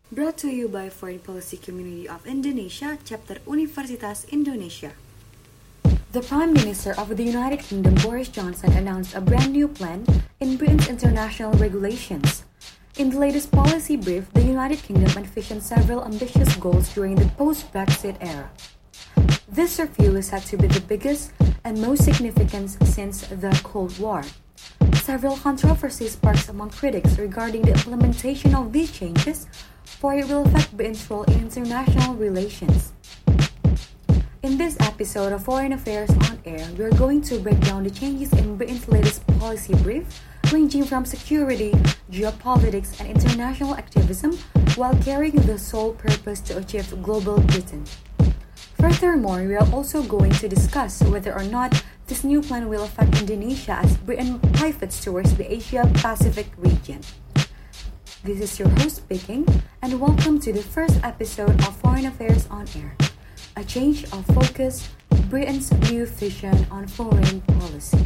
Brought to you by Foreign Policy Community of Indonesia, Chapter Universitas Indonesia. The Prime Minister of the United Kingdom, Boris Johnson, announced a brand new plan in Britain's international regulations. In the latest policy brief, the United Kingdom envisioned several ambitious goals during the post-Brexit era. This review is said to be the biggest and most significant since the Cold War. Several controversies sparked among critics regarding the implementation of these changes, for it will affect Britain's role in international relations. In this episode of Foreign Affairs on Air, we are going to break down the changes in Britain's latest policy brief, ranging from security, geopolitics, and international activism, while carrying the sole purpose to achieve global Britain. Furthermore, we are also going to discuss whether or not this new plan will affect Indonesia as Britain pivots towards the Asia-Pacific region. This is your host speaking, and welcome to the first episode of Foreign Affairs on Air. A change of focus, Britain's new vision on foreign policy.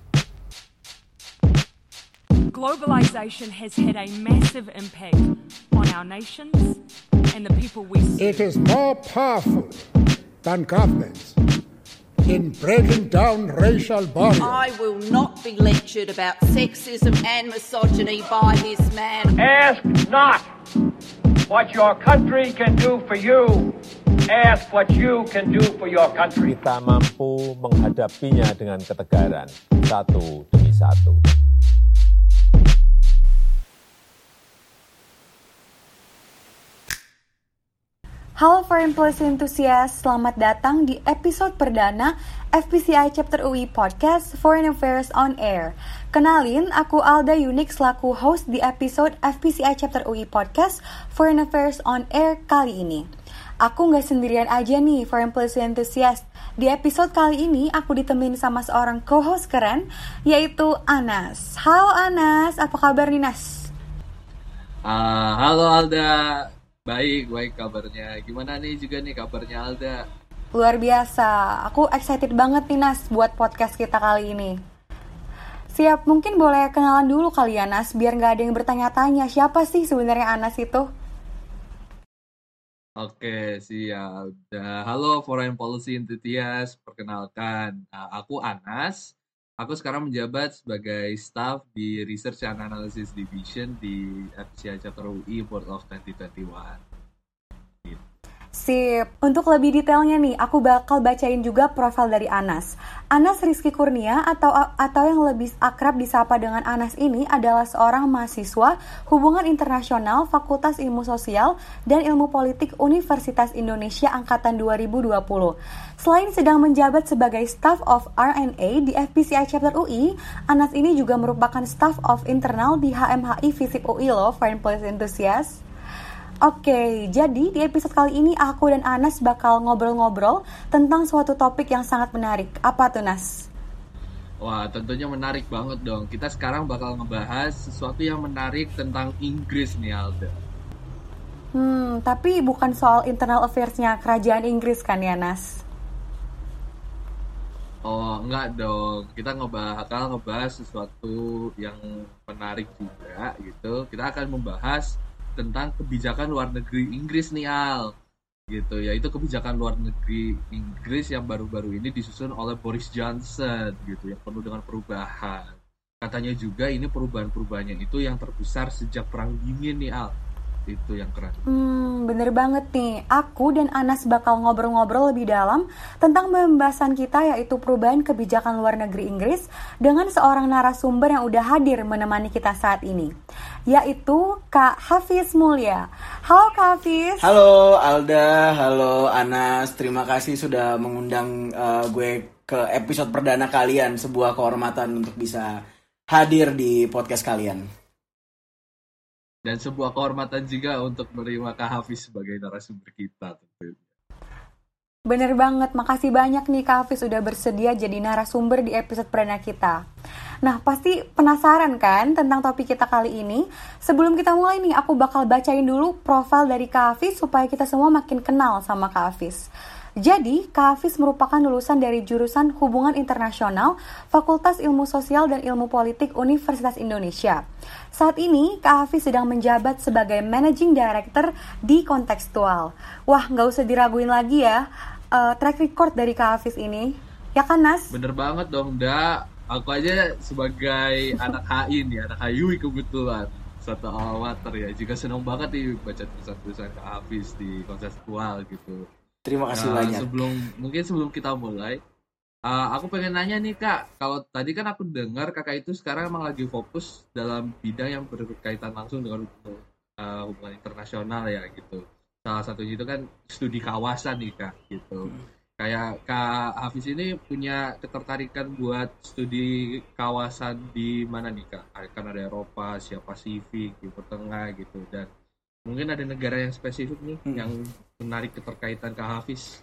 Globalization has had a massive impact on our nations and the people we serve. It is more powerful than governments in breaking down racial barriers. I will not be lectured about sexism and misogyny by this man. Ask not what your country can do for you. Ask what you can do for your country. Kita mampu menghadapinya dengan ketegaran, satu demi satu. Halo Foreign Policy Enthusiast, selamat datang di episode perdana FPCI Chapter UI Podcast Foreign Affairs on Air. Kenalin, aku Alda Yunik selaku host di episode FPCI Chapter UI Podcast Foreign Affairs on Air kali ini. Aku gak sendirian aja nih Foreign Policy Enthusiast. Di episode kali ini aku ditemenin sama seorang co-host keren, yaitu Anas. Halo Anas, apa kabar nih Nas? Halo Alda. Baik kabarnya. Gimana nih juga nih kabarnya Alda? Luar biasa, aku excited banget nih Nas buat podcast kita kali ini. Siap, mungkin boleh kenalan dulu kali ya Nas, biar gak ada yang bertanya-tanya siapa sih sebenarnya Anas itu? Oke, siap. Halo Foreign Policy Enthusiast, perkenalkan, aku Anas. Aku sekarang menjabat sebagai staff di Research and Analysis Division di FPCI Chapter UI Board of 2021. Sip, untuk lebih detailnya nih, aku bakal bacain juga profil dari Anas. Anas Rizky Kurnia atau yang lebih akrab disapa dengan Anas ini adalah seorang mahasiswa Hubungan Internasional Fakultas Ilmu Sosial dan Ilmu Politik Universitas Indonesia Angkatan 2020. Selain sedang menjabat sebagai Staff of R&A di FPCI Chapter UI, Anas ini juga merupakan Staff of Internal di HMHI FISIP UI loh, Foreign Policy Enthusiast. Oke, jadi di episode kali ini aku dan Anas bakal ngobrol-ngobrol tentang suatu topik yang sangat menarik. Apa tuh, Nas? Wah, tentunya menarik banget dong. Kita sekarang bakal ngebahas sesuatu yang menarik tentang Inggris nih, Alda. Tapi bukan soal internal affairs-nya kerajaan Inggris kan ya, Nas? Oh, enggak dong. Kita bakal ngebahas sesuatu yang menarik juga gitu. Kita akan membahas tentang kebijakan luar negeri Inggris nih Al, gitu, yaitu kebijakan luar negeri Inggris yang baru-baru ini disusun oleh Boris Johnson, gitu, yang penuh dengan perubahan. Katanya juga ini perubahan-perubahannya itu yang terbesar sejak Perang Dingin nih Al. Itu yang keren. Bener banget nih. Aku dan Anas bakal ngobrol-ngobrol lebih dalam tentang pembahasan kita, yaitu perubahan kebijakan luar negeri Inggris dengan seorang narasumber yang udah hadir menemani kita saat ini, yaitu Kak Hafiz Mulya. Halo Kak Hafiz. Halo Alda, halo Anas. Terima kasih sudah mengundang gue ke episode perdana kalian. Sebuah kehormatan untuk bisa hadir di podcast kalian. Dan sebuah kehormatan juga untuk menerima Kak Hafiz sebagai narasumber kita. Bener banget, makasih banyak nih Kak Hafiz udah bersedia jadi narasumber di episode perdana kita. Nah, pasti penasaran kan tentang topik kita kali ini? Sebelum kita mulai nih, aku bakal bacain dulu profil dari Kak Hafiz supaya kita semua makin kenal sama Kak Hafiz. Jadi, Kak Hafiz merupakan lulusan dari jurusan Hubungan Internasional, Fakultas Ilmu Sosial dan Ilmu Politik Universitas Indonesia. Saat ini, Kak Hafiz sedang menjabat sebagai Managing Director di Kontekstual. Wah, nggak usah diraguin lagi ya, track record dari Kak Hafiz ini. Ya kan, Nas? Bener banget dong, Da. Aku aja sebagai anak HI nih, anak HIUI kebetulan. Satu amatir ya, juga senang banget nih baca tulisan-tulisan Kak Hafiz di Kontekstual gitu. Terima kasih banyak. Sebelum kita mulai, aku pengen nanya nih Kak, kalau tadi kan aku dengar Kakak itu sekarang emang lagi fokus dalam bidang yang berkaitan langsung dengan hubungan internasional ya gitu. Salah satunya itu kan studi kawasan nih Kak gitu. Kayak Kak Hafiz ini punya ketertarikan buat studi kawasan di mana nih Kak? Kan ada Eropa, Asia Pasifik, Timur Tengah gitu, dan mungkin ada negara yang spesifik nih yang menarik keterkaitan Kak Hafiz.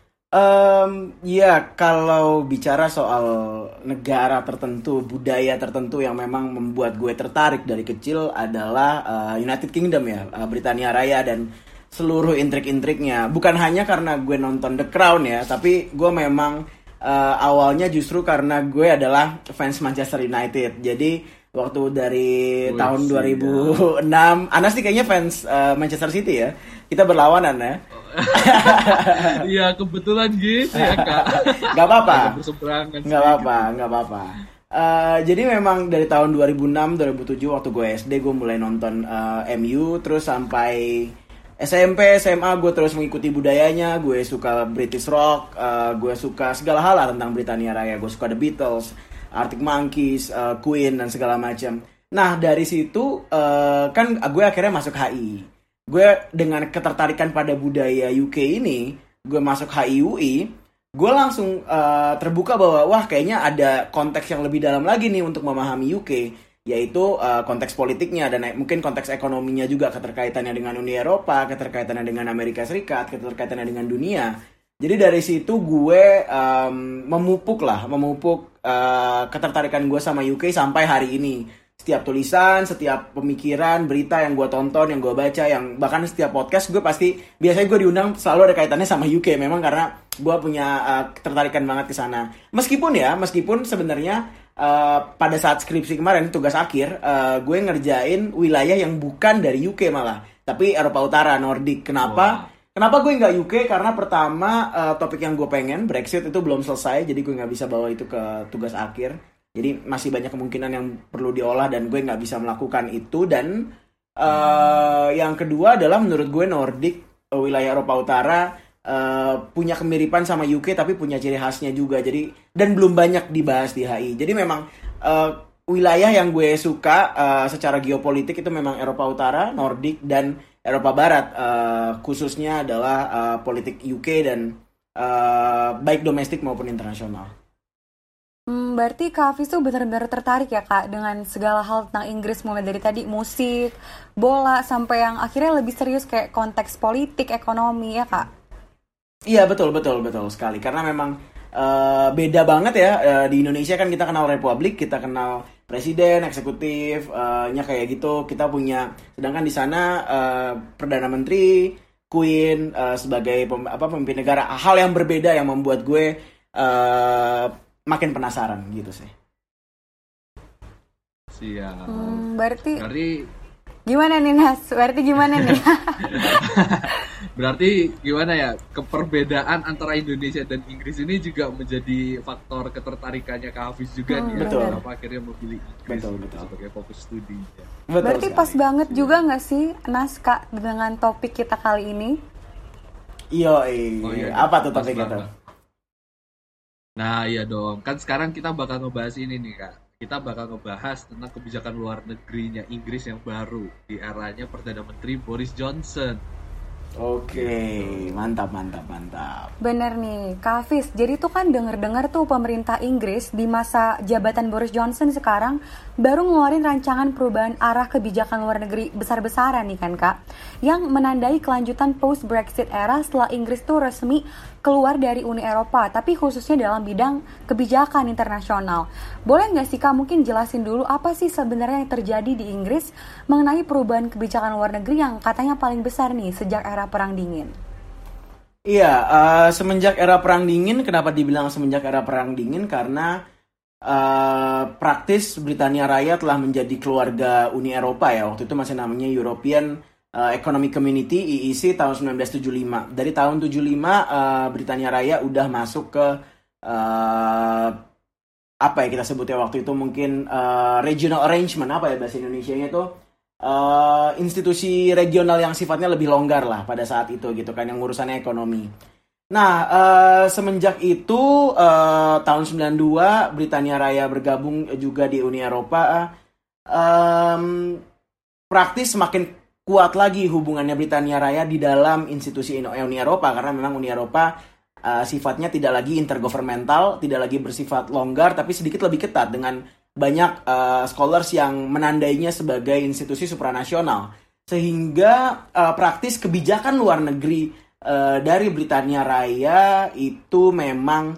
Ya, kalau bicara soal negara tertentu, budaya tertentu yang memang membuat gue tertarik dari kecil adalah United Kingdom ya, Britania Raya dan seluruh intrik-intriknya. Bukan hanya karena gue nonton The Crown ya, tapi gue memang awalnya justru karena gue adalah fans Manchester United. Jadi waktu dari tahun 2006, Anas sih kayaknya fans Manchester City ya. Kita berlawanan ya. Iya, kebetulan gitu ya Kak. Gak apa-apa. Gak apa-apa. Jadi memang dari tahun 2006-2007 waktu gue SD gue mulai nonton MU, terus sampai SMP, SMA gue terus mengikuti budayanya. Gue suka British rock, gue suka segala hal lah tentang Britania Raya. Gue suka The Beatles, Arctic Monkeys, Queen dan segala macam. Nah dari situ kan gue akhirnya masuk HI. Gue dengan ketertarikan pada budaya UK ini, gue masuk HIUI, gue langsung terbuka bahwa wah kayaknya ada konteks yang lebih dalam lagi nih untuk memahami UK, yaitu konteks politiknya dan mungkin konteks ekonominya juga, keterkaitannya dengan Uni Eropa, keterkaitannya dengan Amerika Serikat, keterkaitannya dengan dunia. Jadi dari situ gue memupuk ketertarikan gue sama UK sampai hari ini. Setiap tulisan, setiap pemikiran, berita yang gue tonton, yang gue baca, yang bahkan setiap podcast gue pasti, biasanya gue diundang selalu ada kaitannya sama UK, memang karena gue punya ketertarikan banget ke sana. Meskipun sebenarnya pada saat skripsi kemarin, tugas akhir, gue ngerjain wilayah yang bukan dari UK malah, tapi Eropa Utara, Nordik. Kenapa? Wow. Kenapa gue nggak UK? Karena pertama topik yang gue pengen, Brexit itu belum selesai, jadi gue nggak bisa bawa itu ke tugas akhir. Jadi masih banyak kemungkinan yang perlu diolah dan gue nggak bisa melakukan itu. Dan yang kedua adalah menurut gue Nordik, wilayah Eropa Utara, punya kemiripan sama UK tapi punya ciri khasnya juga. Jadi dan belum banyak dibahas di HI. Jadi memang wilayah yang gue suka secara geopolitik itu memang Eropa Utara, Nordik, dan Eropa Barat. Khususnya adalah politik UK dan baik domestik maupun internasional. Berarti Kak Hafiz tuh benar-benar tertarik ya Kak dengan segala hal tentang Inggris, mulai dari tadi musik, bola, sampai yang akhirnya lebih serius kayak konteks politik, ekonomi ya Kak? Iya betul sekali, karena memang beda banget ya. Di Indonesia kan kita kenal republik, kita kenal presiden, eksekutif, nya kayak gitu, kita punya. Sedangkan di sana perdana menteri, queen sebagai pemimpin negara, hal yang berbeda yang membuat gue makin penasaran gitu sih. Siap. Berarti gimana nih Nas? Berarti gimana ya, keperbedaan antara Indonesia dan Inggris ini juga menjadi faktor ketertarikannya Kak Hafiz juga nih. Betul. Kenapa akhirnya memilih Inggris betul. sebagai fokus studi. Berarti pas banget juga nggak sih Nas Kak dengan topik kita kali ini? Iya. Apa tuh topik itu? Nah iya dong, kan sekarang kita bakal ngebahas ini nih Kak. Kita bakal ngebahas tentang kebijakan luar negerinya Inggris yang baru di eranya Perdana Menteri Boris Johnson. Oke, mantap. Bener nih, Kak Hafiz. Jadi tuh kan denger-dengar tuh pemerintah Inggris di masa jabatan Boris Johnson sekarang baru ngeluarin rancangan perubahan arah kebijakan luar negeri besar-besaran nih kan Kak, yang menandai kelanjutan post-Brexit era setelah Inggris tuh resmi keluar dari Uni Eropa, tapi khususnya dalam bidang kebijakan internasional. Boleh nggak sih Kak mungkin jelasin dulu apa sih sebenarnya yang terjadi di Inggris mengenai perubahan kebijakan luar negeri yang katanya paling besar nih sejak era Perang Dingin? Iya, semenjak era Perang Dingin, kenapa dibilang semenjak era Perang Dingin? Karena praktis Britania Raya telah menjadi keluarga Uni Eropa ya. Waktu itu masih namanya European Economic Community EEC tahun 1975. Dari tahun 75 Britania Raya udah masuk ke apa ya kita sebutnya waktu itu mungkin regional arrangement, apa ya bahasa Indonesianya itu institusi regional yang sifatnya lebih longgar lah pada saat itu gitu kan, yang urusannya ekonomi. Nah, semenjak itu tahun 92 Britania Raya bergabung juga di Uni Eropa, praktis semakin kuat lagi hubungannya Britania Raya di dalam institusi Uni Eropa, karena memang Uni Eropa sifatnya tidak lagi intergovernmental, tidak lagi bersifat longgar, tapi sedikit lebih ketat dengan banyak scholars yang menandainya sebagai institusi supranasional. Sehingga praktis kebijakan luar negeri dari Britania Raya itu memang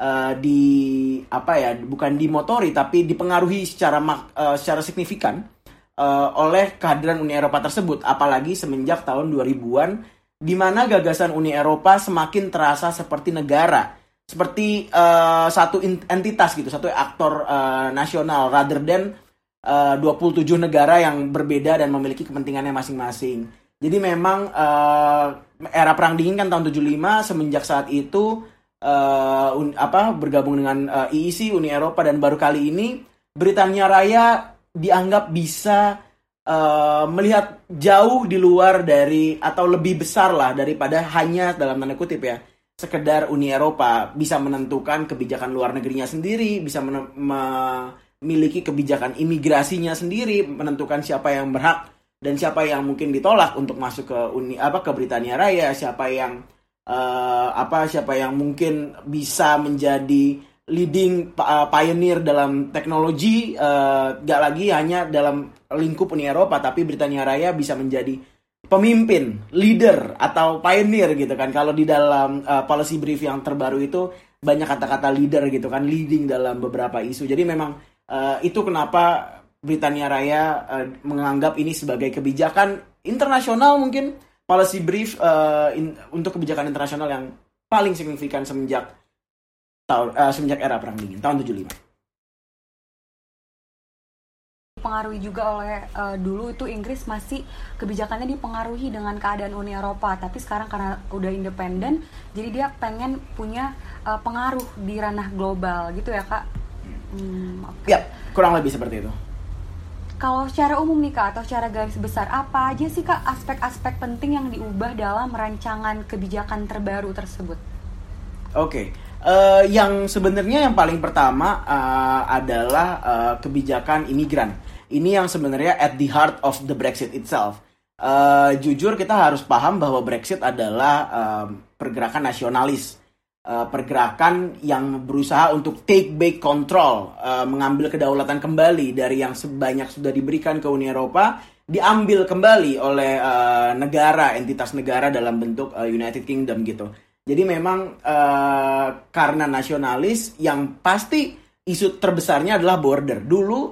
bukan dimotori tapi dipengaruhi secara signifikan oleh kehadiran Uni Eropa tersebut, apalagi semenjak tahun 2000-an di mana gagasan Uni Eropa semakin terasa seperti negara, seperti satu entitas gitu, satu aktor nasional rather than 27 negara yang berbeda dan memiliki kepentingannya masing-masing. Jadi memang era Perang Dingin kan tahun 75, semenjak saat itu bergabung dengan EEC, Uni Eropa, dan baru kali ini Britania Raya dianggap bisa melihat jauh di luar dari atau lebih besar lah daripada hanya dalam tanda kutip ya sekedar Uni Eropa, bisa menentukan kebijakan luar negerinya sendiri, bisa memiliki kebijakan imigrasinya sendiri, menentukan siapa yang berhak dan siapa yang mungkin ditolak untuk masuk ke Britania Raya, siapa yang mungkin bisa menjadi leading pioneer dalam teknologi, gak lagi hanya dalam lingkup Uni Eropa, tapi Britania Raya bisa menjadi pemimpin, leader atau pioneer gitu kan. Kalau di dalam policy brief yang terbaru itu banyak kata-kata leader gitu kan, leading dalam beberapa isu. Jadi memang itu kenapa Britania Raya menganggap ini sebagai kebijakan internasional, mungkin policy brief untuk kebijakan internasional yang paling signifikan semenjak era Perang Dingin tahun 75. Dipengaruhi juga oleh dulu itu Inggris masih kebijakannya dipengaruhi dengan keadaan Uni Eropa, tapi sekarang karena udah independen jadi dia pengen punya pengaruh di ranah global gitu ya Kak. Okay. Ya, kurang lebih seperti itu. Kalau secara umum nih Kak, atau secara garis besar, apa aja sih Kak aspek-aspek penting yang diubah dalam rancangan kebijakan terbaru tersebut? Oke. Yang sebenarnya yang paling pertama adalah kebijakan imigran. Ini yang sebenarnya at the heart of the Brexit itself. Jujur kita harus paham bahwa Brexit adalah pergerakan nasionalis, pergerakan yang berusaha untuk take back control, mengambil kedaulatan kembali dari yang sebanyak sudah diberikan ke Uni Eropa, diambil kembali oleh entitas negara dalam bentuk United Kingdom gitu. Jadi memang karena nasionalis, yang pasti isu terbesarnya adalah border. Dulu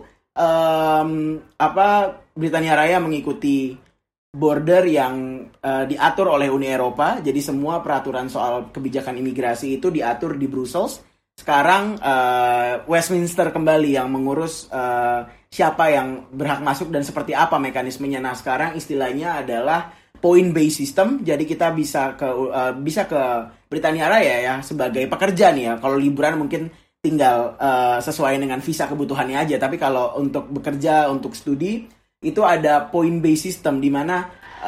Britania Raya mengikuti border yang diatur oleh Uni Eropa. Jadi semua peraturan soal kebijakan imigrasi itu diatur di Brussels. Sekarang Westminster kembali yang mengurus siapa yang berhak masuk dan seperti apa mekanismenya. Nah sekarang istilahnya adalah point-based system, jadi kita bisa ke Britania Raya ya sebagai pekerja nih ya. Kalau liburan mungkin tinggal sesuai dengan visa kebutuhannya aja. Tapi kalau untuk bekerja, untuk studi, itu ada point-based system di mana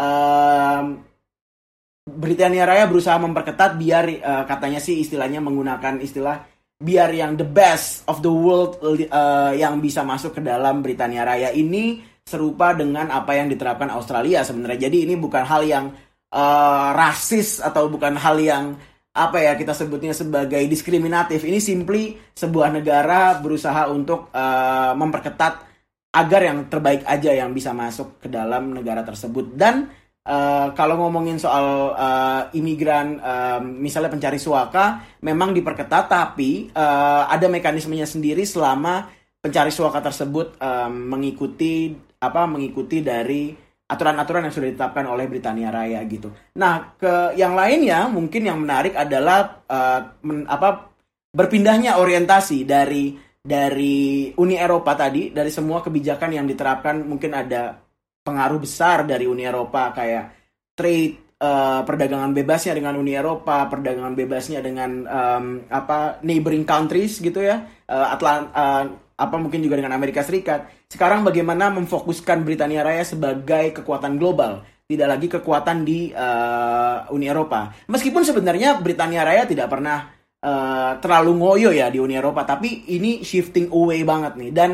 Britania Raya berusaha memperketat biar katanya sih istilahnya menggunakan istilah biar yang the best of the world yang bisa masuk ke dalam Britania Raya. Ini serupa dengan apa yang diterapkan Australia sebenarnya. Jadi ini bukan hal yang rasis atau bukan hal yang kita sebutnya sebagai diskriminatif. Ini simply sebuah negara berusaha untuk memperketat agar yang terbaik aja yang bisa masuk ke dalam negara tersebut. Dan kalau ngomongin soal imigran, misalnya pencari suaka, memang diperketat, tapi ada mekanismenya sendiri selama pencari suaka tersebut mengikuti dari aturan-aturan yang sudah ditetapkan oleh Britania Raya gitu. Nah, ke yang lainnya mungkin yang menarik adalah berpindahnya orientasi dari Uni Eropa tadi, dari semua kebijakan yang diterapkan. Mungkin ada pengaruh besar dari Uni Eropa kayak trade, perdagangan bebasnya dengan Uni Eropa, perdagangan bebasnya dengan neighboring countries gitu ya, mungkin juga dengan Amerika Serikat. Sekarang bagaimana memfokuskan Britania Raya sebagai kekuatan global, tidak lagi kekuatan di Uni Eropa. Meskipun sebenarnya Britania Raya tidak pernah terlalu ngoyo ya di Uni Eropa, tapi ini shifting away banget nih, dan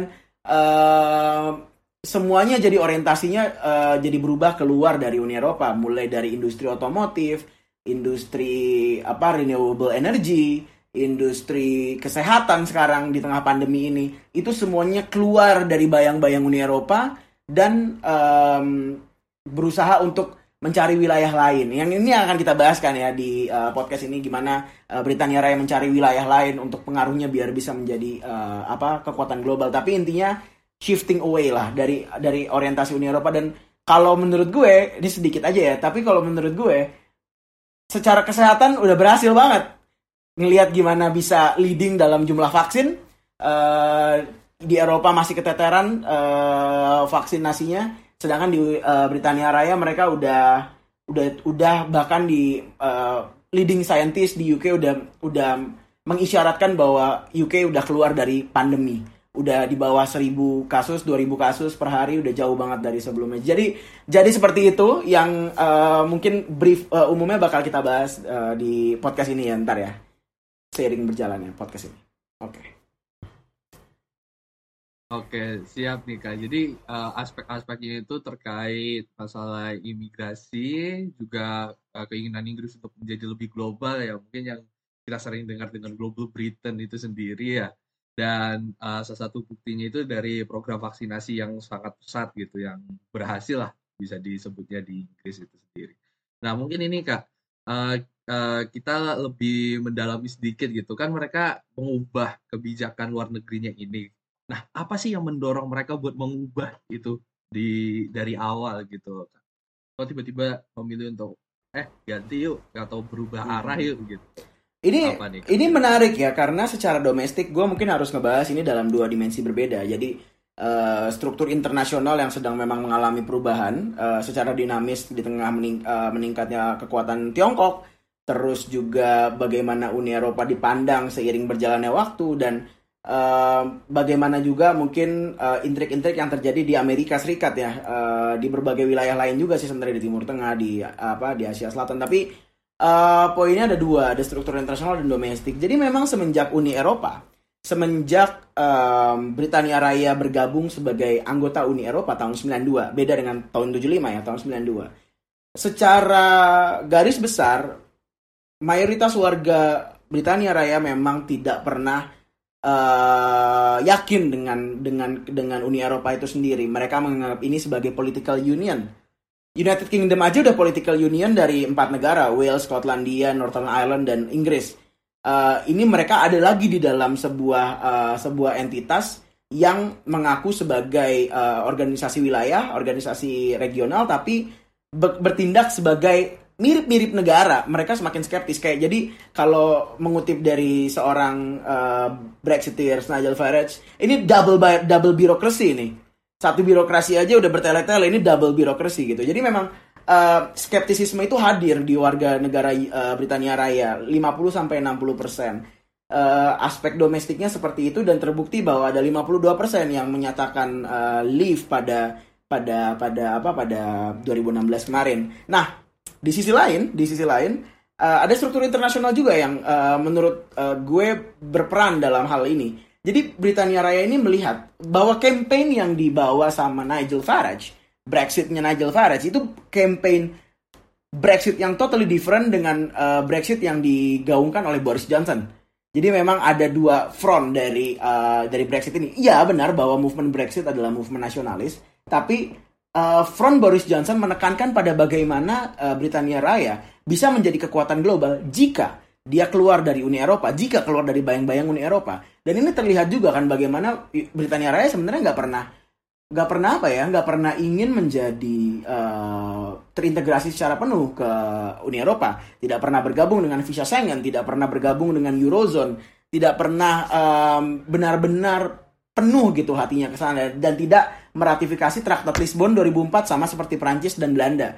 semuanya jadi orientasinya jadi berubah keluar dari Uni Eropa, mulai dari industri otomotif, industri renewable energy, industri kesehatan sekarang di tengah pandemi ini, itu semuanya keluar dari bayang-bayang Uni Eropa dan berusaha untuk mencari wilayah lain. Yang ini akan kita bahaskan ya di podcast ini, gimana Britania Raya mencari wilayah lain untuk pengaruhnya biar bisa menjadi kekuatan global. Tapi intinya shifting away lah dari orientasi Uni Eropa. Dan kalau menurut gue, ini sedikit aja ya, tapi kalau menurut gue secara kesehatan udah berhasil banget. Ngelihat gimana bisa leading dalam jumlah vaksin, di Eropa masih keteteran vaksinasinya, sedangkan di Britania Raya mereka udah bahkan di leading scientist di UK udah mengisyaratkan bahwa UK udah keluar dari pandemi, udah di bawah 1.000 kasus, 2.000 kasus per hari, udah jauh banget dari sebelumnya. Jadi seperti itu yang mungkin brief umumnya bakal kita bahas di podcast ini ya, ntar ya, seiring berjalannya podcast ini. Oke, siap nih Kak. Jadi aspek-aspeknya itu terkait masalah imigrasi, juga keinginan Inggris untuk menjadi lebih global ya. Mungkin yang kita sering dengar dengan Global Britain itu sendiri ya. Dan salah satu buktinya itu dari program vaksinasi yang sangat pesat gitu, yang berhasil lah bisa disebutnya di Inggris itu sendiri. Nah mungkin ini Kak, kita lebih mendalami sedikit gitu kan, mereka mengubah kebijakan luar negerinya ini. Nah, apa sih yang mendorong mereka buat mengubah itu dari awal gitu? Kok tiba-tiba memilih untuk ganti yuk atau berubah arah yuk gitu? Ini menarik ya, karena secara domestik gue mungkin harus ngebahas ini dalam dua dimensi berbeda. Jadi struktur internasional yang sedang memang mengalami perubahan secara dinamis di tengah meningkatnya kekuatan Tiongkok, terus juga bagaimana Uni Eropa dipandang seiring berjalannya waktu, dan bagaimana juga mungkin intrik-intrik yang terjadi di Amerika Serikat ya, di berbagai wilayah lain juga sih sebenarnya, di Timur Tengah, di Asia Selatan. Tapi poinnya ada dua, ada struktur internasional dan domestik. Jadi memang semenjak Britania Raya bergabung sebagai anggota Uni Eropa tahun 92, beda dengan tahun 75 ya, tahun 92. Secara garis besar, mayoritas warga Britania Raya memang tidak pernah yakin dengan Uni Eropa itu sendiri. Mereka menganggap ini sebagai political union. United Kingdom aja udah political union dari 4 negara, Wales, Skotlandia, Northern Ireland, dan Inggris. Ini mereka ada lagi di dalam sebuah entitas yang mengaku sebagai organisasi wilayah, organisasi regional, tapi bertindak sebagai mirip-mirip negara. Mereka semakin skeptis. Jadi kalau mengutip dari seorang Brexiteers, Nigel Farage, ini double birokrasi ini. Satu birokrasi aja udah bertele-tele, ini double birokrasi gitu. Jadi memang skeptisisme itu hadir di warga negara Britania Raya, 50-60%. Aspek domestiknya seperti itu, dan terbukti bahwa ada 52% yang menyatakan leave pada 2016 kemarin. Nah, di sisi lain ada struktur internasional juga yang menurut gue berperan dalam hal ini. Jadi Britania Raya ini melihat bahwa campaign yang dibawa sama Nigel Farage, Brexitnya Nigel Farage, itu campaign Brexit yang totally different dengan Brexit yang digaungkan oleh Boris Johnson. Jadi memang ada dua front dari Brexit ini. Iya benar bahwa movement Brexit adalah movement nasionalis, tapi front Boris Johnson menekankan pada bagaimana Britania Raya bisa menjadi kekuatan global jika dia keluar dari Uni Eropa, jika keluar dari bayang-bayang Uni Eropa. Dan ini terlihat juga kan bagaimana Britania Raya sebenarnya nggak pernah ingin menjadi terintegrasi secara penuh ke Uni Eropa, tidak pernah bergabung dengan visa Schengen, tidak pernah bergabung dengan Eurozone, tidak pernah benar-benar penuh gitu hatinya ke sana, dan tidak meratifikasi Traktat Lisbon 2004 sama seperti Prancis dan Belanda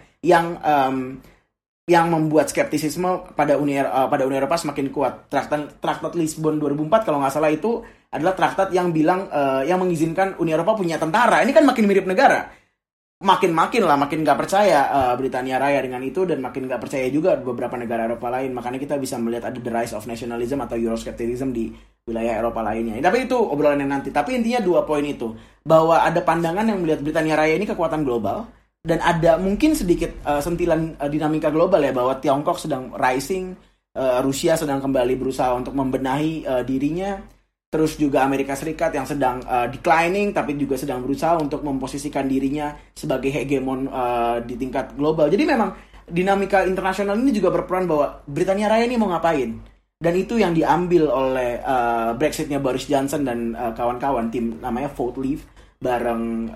yang membuat skeptisisme pada Uni Eropa semakin kuat. Traktat Lisbon 2004 kalau nggak salah itu adalah traktat yang bilang yang mengizinkan Uni Eropa punya tentara. Ini kan makin mirip negara. Makin nggak percaya Britania Raya dengan itu, dan makin nggak percaya juga beberapa negara Eropa lain. Makanya kita bisa melihat ada the rise of nationalism atau Euroscepticism di wilayah Eropa lainnya. Tapi itu obrolan yang nanti. Tapi intinya 2 poin itu, bahwa ada pandangan yang melihat Britania Raya ini kekuatan global, dan ada mungkin sedikit sentilan dinamika global ya, bahwa Tiongkok sedang rising, Rusia sedang kembali berusaha untuk membenahi dirinya, terus juga Amerika Serikat yang sedang declining tapi juga sedang berusaha untuk memposisikan dirinya sebagai hegemon di tingkat global. Jadi memang dinamika internasional ini juga berperan bahwa Britania Raya ini mau ngapain, dan itu yang diambil oleh Brexitnya Boris Johnson dan kawan-kawan, tim namanya Vote Leave, bareng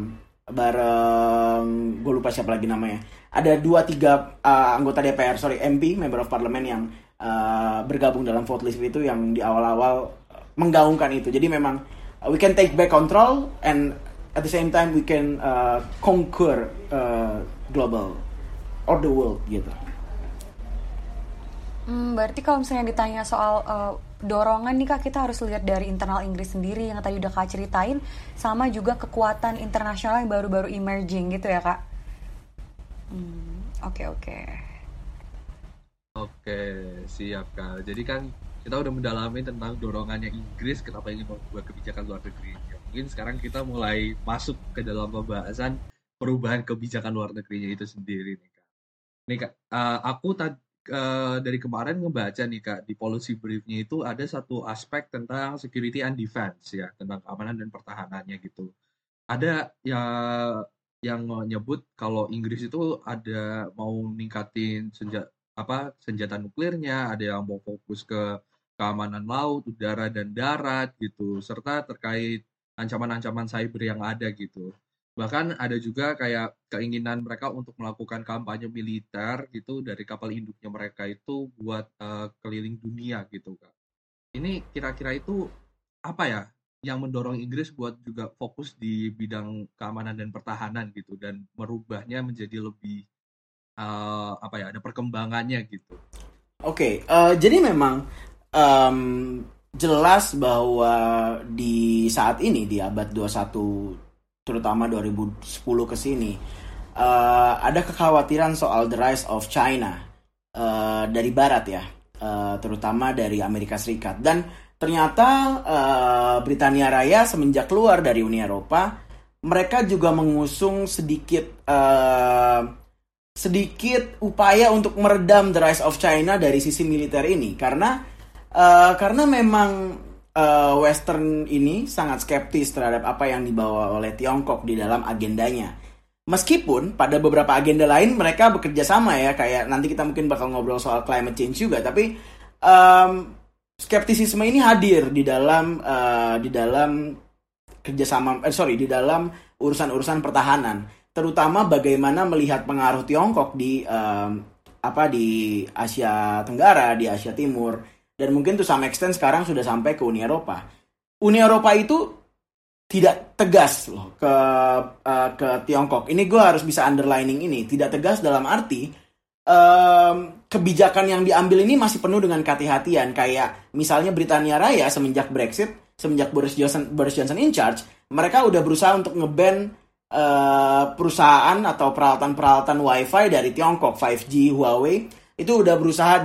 gue lupa siapa lagi namanya, ada 2-3 anggota DPR, MP, Member of Parliament, yang bergabung dalam Vote Leave itu, yang di awal-awal menggaungkan itu. Jadi memang we can take back control, and at the same time we can conquer global or the world gitu. Berarti kalau misalnya ditanya soal dorongan nih Kak, kita harus lihat dari internal Inggris sendiri yang tadi udah Kak ceritain, sama juga kekuatan internasional yang baru-baru emerging gitu ya Kak. Oke, siap Kak. Jadi kan kita udah mendalami tentang dorongannya Inggris kenapa ingin membuat kebijakan luar negeri. Mungkin sekarang kita mulai masuk ke dalam pembahasan perubahan kebijakan luar negerinya itu sendiri nih Kak. Nih Kak, aku dari kemarin ngebaca nih Kak, di policy briefnya itu ada satu aspek tentang security and defense ya, tentang keamanan dan pertahanannya gitu. Ada yang nyebut kalau Inggris itu ada mau ningkatin senjata nuklirnya, ada yang mau fokus ke keamanan laut, udara, dan darat gitu, serta terkait ancaman-ancaman cyber yang ada gitu. Bahkan ada juga kayak keinginan mereka untuk melakukan kampanye militer gitu dari kapal induknya mereka itu buat keliling dunia gitu Kak. Ini kira-kira itu apa ya yang mendorong Inggris buat juga fokus di bidang keamanan dan pertahanan gitu, dan merubahnya menjadi lebih ada perkembangannya gitu. Oke, jadi memang jelas bahwa di saat ini di abad 21 terutama 2010 ke sini ada kekhawatiran soal the rise of China dari barat ya, terutama dari Amerika Serikat, dan ternyata Britania Raya semenjak keluar dari Uni Eropa, mereka juga mengusung sedikit upaya untuk meredam the rise of China dari sisi militer ini, karena memang Western ini sangat skeptis terhadap apa yang dibawa oleh Tiongkok di dalam agendanya. Meskipun pada beberapa agenda lain mereka bekerja sama ya, kayak nanti kita mungkin bakal ngobrol soal climate change juga, tapi skeptisisme ini hadir di dalam di dalam urusan-urusan pertahanan, terutama bagaimana melihat pengaruh Tiongkok di Asia Tenggara, di Asia Timur. Dan mungkin to some extent sekarang sudah sampai ke Uni Eropa. Uni Eropa itu tidak tegas loh ke Tiongkok. Ini gue harus bisa underlining ini. Tidak tegas dalam arti kebijakan yang diambil ini masih penuh dengan kehati-hatian. Kayak misalnya Britania Raya semenjak Brexit, semenjak Boris Johnson in charge, mereka udah berusaha untuk nge-ban perusahaan atau peralatan-peralatan Wi-Fi dari Tiongkok, 5G, Huawei. Itu udah berusaha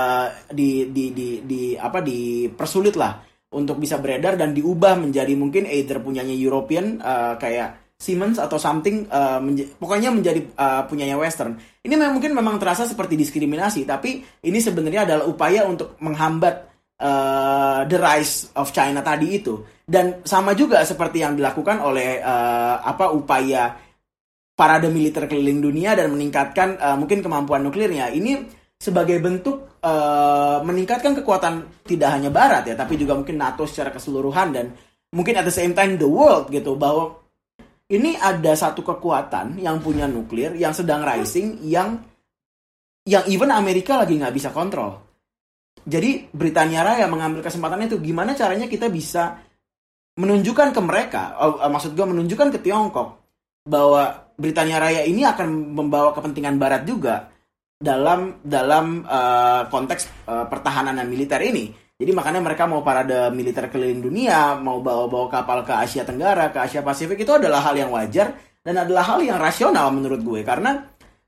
dipersulit lah untuk bisa beredar dan diubah menjadi mungkin either punyanya European kayak Siemens atau something, pokoknya menjadi punyanya Western. Ini mungkin memang terasa seperti diskriminasi, tapi ini sebenarnya adalah upaya untuk menghambat the rise of China tadi itu. Dan sama juga seperti yang dilakukan oleh upaya parade militer keliling dunia dan meningkatkan mungkin kemampuan nuklirnya. Ini sebagai bentuk meningkatkan kekuatan tidak hanya Barat ya, tapi juga mungkin NATO secara keseluruhan, dan mungkin at the same time the world gitu, bahwa ini ada satu kekuatan yang punya nuklir yang sedang rising yang even Amerika lagi nggak bisa kontrol. Jadi Britania Raya mengambil kesempatan itu. Gimana caranya kita bisa menunjukkan ke mereka, maksud gue menunjukkan ke Tiongkok bahwa Britania Raya ini akan membawa kepentingan Barat juga dalam konteks pertahanan dan militer ini. Jadi makanya mereka mau parade militer keliling dunia, mau bawa kapal ke Asia Tenggara, ke Asia Pasifik, itu adalah hal yang wajar dan adalah hal yang rasional menurut gue. Karena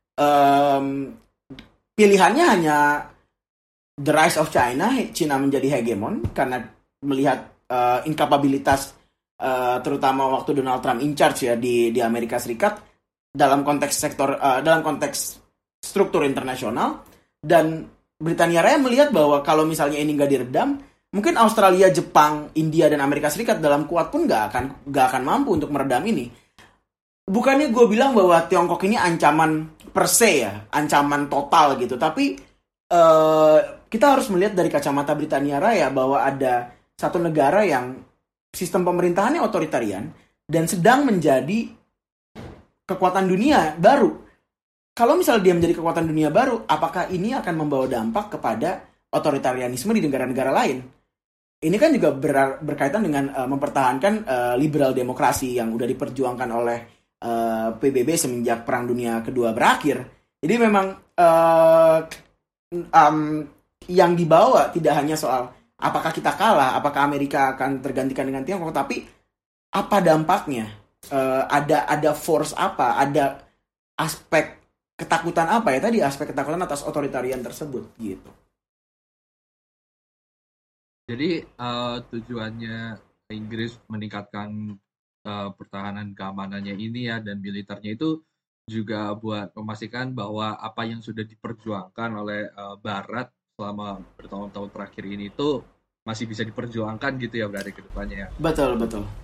pilihannya hanya the rise of China, China menjadi hegemon karena melihat inkapabilitas terutama waktu Donald Trump in charge ya di Amerika Serikat dalam konteks dalam konteks struktur internasional, dan Britania Raya melihat bahwa kalau misalnya ini nggak diredam, mungkin Australia, Jepang, India, dan Amerika Serikat dalam kuat pun nggak akan mampu untuk meredam ini. Bukannya gue bilang bahwa Tiongkok ini ancaman per se ya, ancaman total gitu, tapi kita harus melihat dari kacamata Britania Raya bahwa ada satu negara yang sistem pemerintahannya otoritarian dan sedang menjadi kekuatan dunia baru. Kalau misalnya dia menjadi kekuatan dunia baru, apakah ini akan membawa dampak kepada otoritarianisme di negara-negara lain? Ini kan juga berkaitan dengan mempertahankan liberal demokrasi yang udah diperjuangkan oleh PBB semenjak Perang Dunia Kedua berakhir. Jadi memang yang dibawa tidak hanya soal apakah kita kalah, apakah Amerika akan tergantikan dengan Tiongkok, tapi apa dampaknya? Ada force apa? Ada aspek ketakutan apa ya tadi, aspek ketakutan atas otoritarian tersebut gitu. Jadi tujuannya Inggris meningkatkan pertahanan keamanannya ini ya dan militernya itu juga buat memastikan bahwa apa yang sudah diperjuangkan oleh Barat selama bertahun-tahun terakhir ini itu masih bisa diperjuangkan gitu ya berarti ke depannya ya. Betul.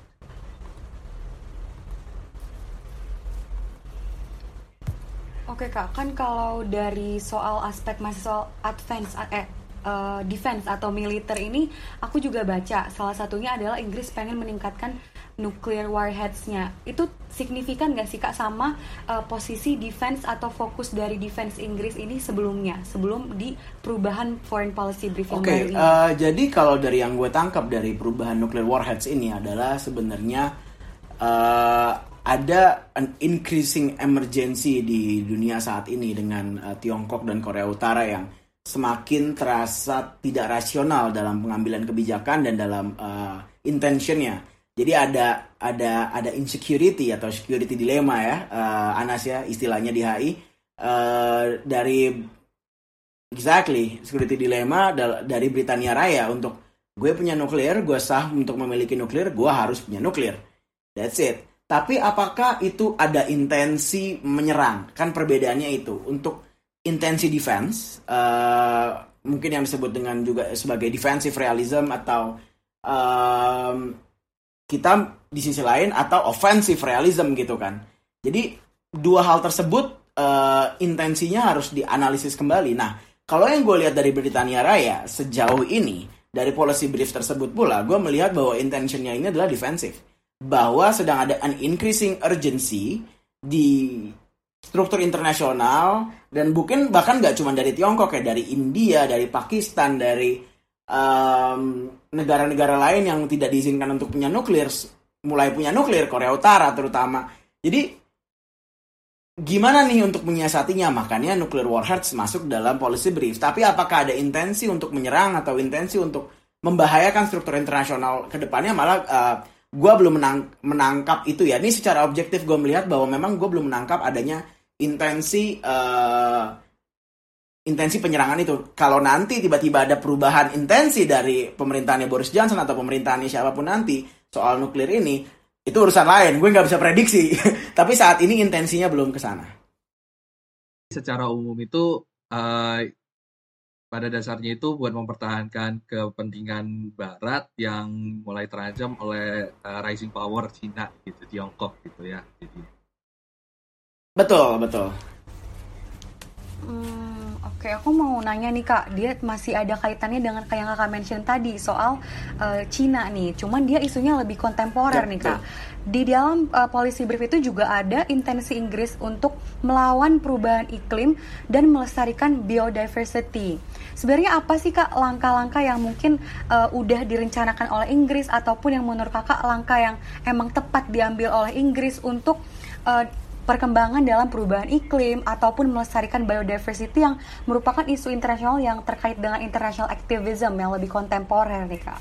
Oke Kak, kan kalau dari soal aspek masih soal defense atau militer ini, aku juga baca salah satunya adalah Inggris pengen meningkatkan nuclear warheads-nya. Itu signifikan nggak sih Kak sama posisi defense atau fokus dari defense Inggris ini sebelumnya, sebelum di perubahan foreign policy briefing baru ini? Jadi kalau dari yang gue tangkap dari perubahan nuclear warheads ini adalah sebenarnya ada an increasing emergency di dunia saat ini dengan Tiongkok dan Korea Utara yang semakin terasa tidak rasional dalam pengambilan kebijakan dan dalam intentionnya. Jadi ada insecurity atau security dilemma ya, Anas ya istilahnya di HI, dari security dilemma dari Britania Raya untuk gue punya nuklir, gue sah untuk memiliki nuklir, gue harus punya nuklir. That's it. Tapi apakah itu ada intensi menyerang? Kan perbedaannya itu. Untuk intensi defense, mungkin yang disebut dengan juga sebagai defensive realism atau kita di sisi lain atau offensive realism gitu kan. Jadi dua hal tersebut intensinya harus dianalisis kembali. Nah, kalau yang gue lihat dari Britania Raya sejauh ini, dari policy brief tersebut pula, gue melihat bahwa intentionnya ini adalah defensive. Bahwa sedang ada an increasing urgency di struktur internasional dan bahkan nggak cuma dari Tiongkok ya, dari India, dari Pakistan, dari negara-negara lain yang tidak diizinkan untuk punya nuklir, mulai punya nuklir, Korea Utara terutama. Jadi gimana nih untuk menyiasatinya? Makanya nuclear warheads masuk dalam policy brief. Tapi apakah ada intensi untuk menyerang atau intensi untuk membahayakan struktur internasional ke depannya? Malah gue belum menangkap itu ya. Ini secara objektif gue melihat bahwa memang gue belum menangkap adanya intensi penyerangan itu. Kalau nanti tiba-tiba ada perubahan intensi dari pemerintahannya Boris Johnson atau pemerintahannya siapapun nanti soal nuklir ini, itu urusan lain. Gue nggak bisa prediksi. Tapi saat ini intensinya belum ke sana. Secara umum itu pada dasarnya itu buat mempertahankan kepentingan Barat yang mulai terancam oleh rising power Cina gitu, Tiongkok gitu ya. Jadi. Betul. Oke. Oke, aku mau nanya nih Kak, dia masih ada kaitannya dengan kayak yang Kakak mention tadi soal Cina nih, cuman dia isunya lebih kontemporer nih Kak. Di dalam policy brief itu juga ada intensi Inggris untuk melawan perubahan iklim dan melestarikan biodiversity. Sebenarnya apa sih Kak langkah-langkah yang mungkin udah direncanakan oleh Inggris ataupun yang menurut Kakak langkah yang emang tepat diambil oleh Inggris untuk perkembangan dalam perubahan iklim ataupun melestarikan biodiversity yang merupakan isu internasional yang terkait dengan international activism yang lebih kontemporer nih Kak.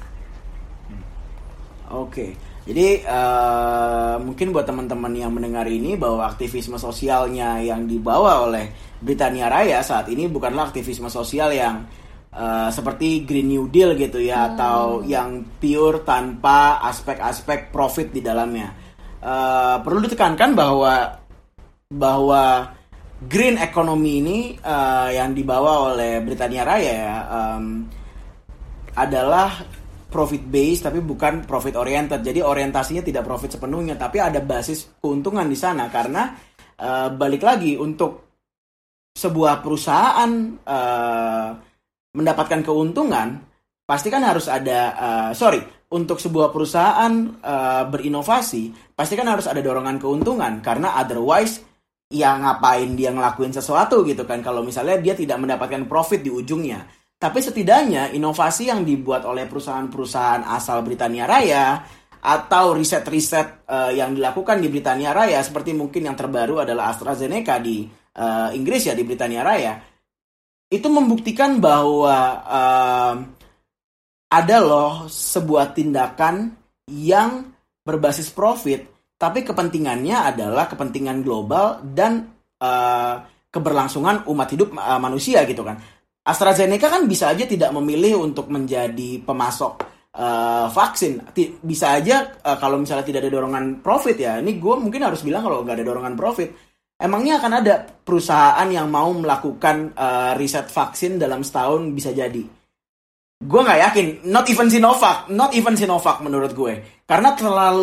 Oke, jadi mungkin buat teman-teman yang mendengar ini bahwa aktivisme sosialnya yang dibawa oleh Britania Raya saat ini bukanlah aktivisme sosial yang seperti Green New Deal gitu ya, atau yang pure tanpa aspek-aspek profit di dalamnya. Perlu ditekankan bahwa green economy ini yang dibawa oleh Britania Raya ya, adalah profit based tapi bukan profit oriented. Jadi orientasinya tidak profit sepenuhnya, tapi ada basis keuntungan di sana karena balik lagi untuk sebuah perusahaan mendapatkan keuntungan pasti kan harus ada untuk sebuah perusahaan berinovasi pasti kan harus ada dorongan keuntungan karena otherwise ya ngapain dia ngelakuin sesuatu gitu kan kalau misalnya dia tidak mendapatkan profit di ujungnya. Tapi setidaknya inovasi yang dibuat oleh perusahaan-perusahaan asal Britania Raya atau riset-riset yang dilakukan di Britania Raya seperti mungkin yang terbaru adalah AstraZeneca di Inggris ya, di Britania Raya, itu membuktikan bahwa ada loh sebuah tindakan yang berbasis profit tapi kepentingannya adalah kepentingan global dan keberlangsungan umat hidup manusia gitu kan. AstraZeneca kan bisa aja tidak memilih untuk menjadi pemasok vaksin. Bisa aja kalau misalnya tidak ada dorongan profit ya. Ini gue mungkin harus bilang kalau nggak ada dorongan profit, emangnya akan ada perusahaan yang mau melakukan riset vaksin dalam setahun bisa jadi. Gue nggak yakin, not even Sinovac menurut gue, karena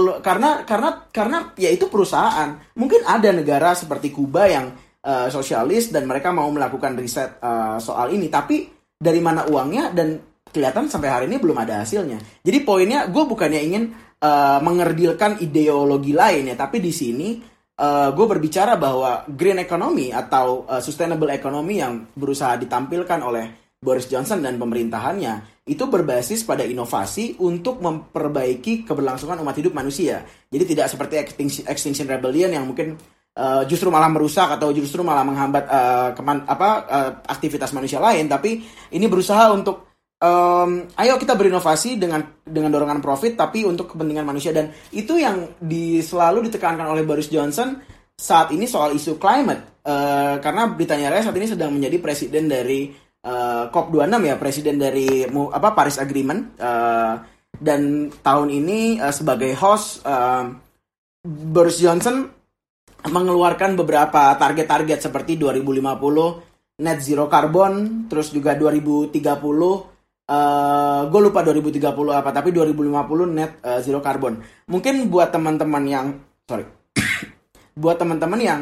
ya itu perusahaan. Mungkin ada negara seperti Kuba yang sosialis dan mereka mau melakukan riset soal ini, tapi dari mana uangnya dan kelihatan sampai hari ini belum ada hasilnya. Jadi poinnya gue bukannya ingin mengerdilkan ideologi lain ya, tapi di sini gue berbicara bahwa green economy atau sustainable economy yang berusaha ditampilkan oleh Boris Johnson dan pemerintahannya itu berbasis pada inovasi untuk memperbaiki keberlangsungan umat hidup manusia. Jadi tidak seperti Extinction Rebellion yang mungkin justru malah merusak atau justru malah menghambat aktivitas manusia lain. Tapi ini berusaha untuk ayo kita berinovasi dengan dorongan profit tapi untuk kepentingan manusia, dan itu yang selalu ditekankan oleh Boris Johnson saat ini soal isu climate, karena Britania Raya saat ini sedang menjadi presiden dari COP26 ya, presiden dari Paris Agreement, dan tahun ini sebagai host Boris Johnson mengeluarkan beberapa target-target seperti 2050 net zero carbon, terus juga 2030 gue lupa 2030 apa, tapi 2050 net zero carbon. Mungkin buat teman-teman yang buat teman-teman yang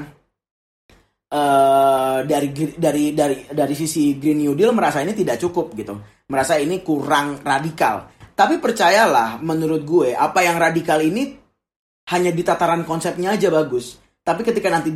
dari sisi Green New Deal merasa ini tidak cukup gitu, merasa ini kurang radikal. Tapi percayalah, menurut gue apa yang radikal ini hanya di tataran konsepnya aja bagus. Tapi ketika nanti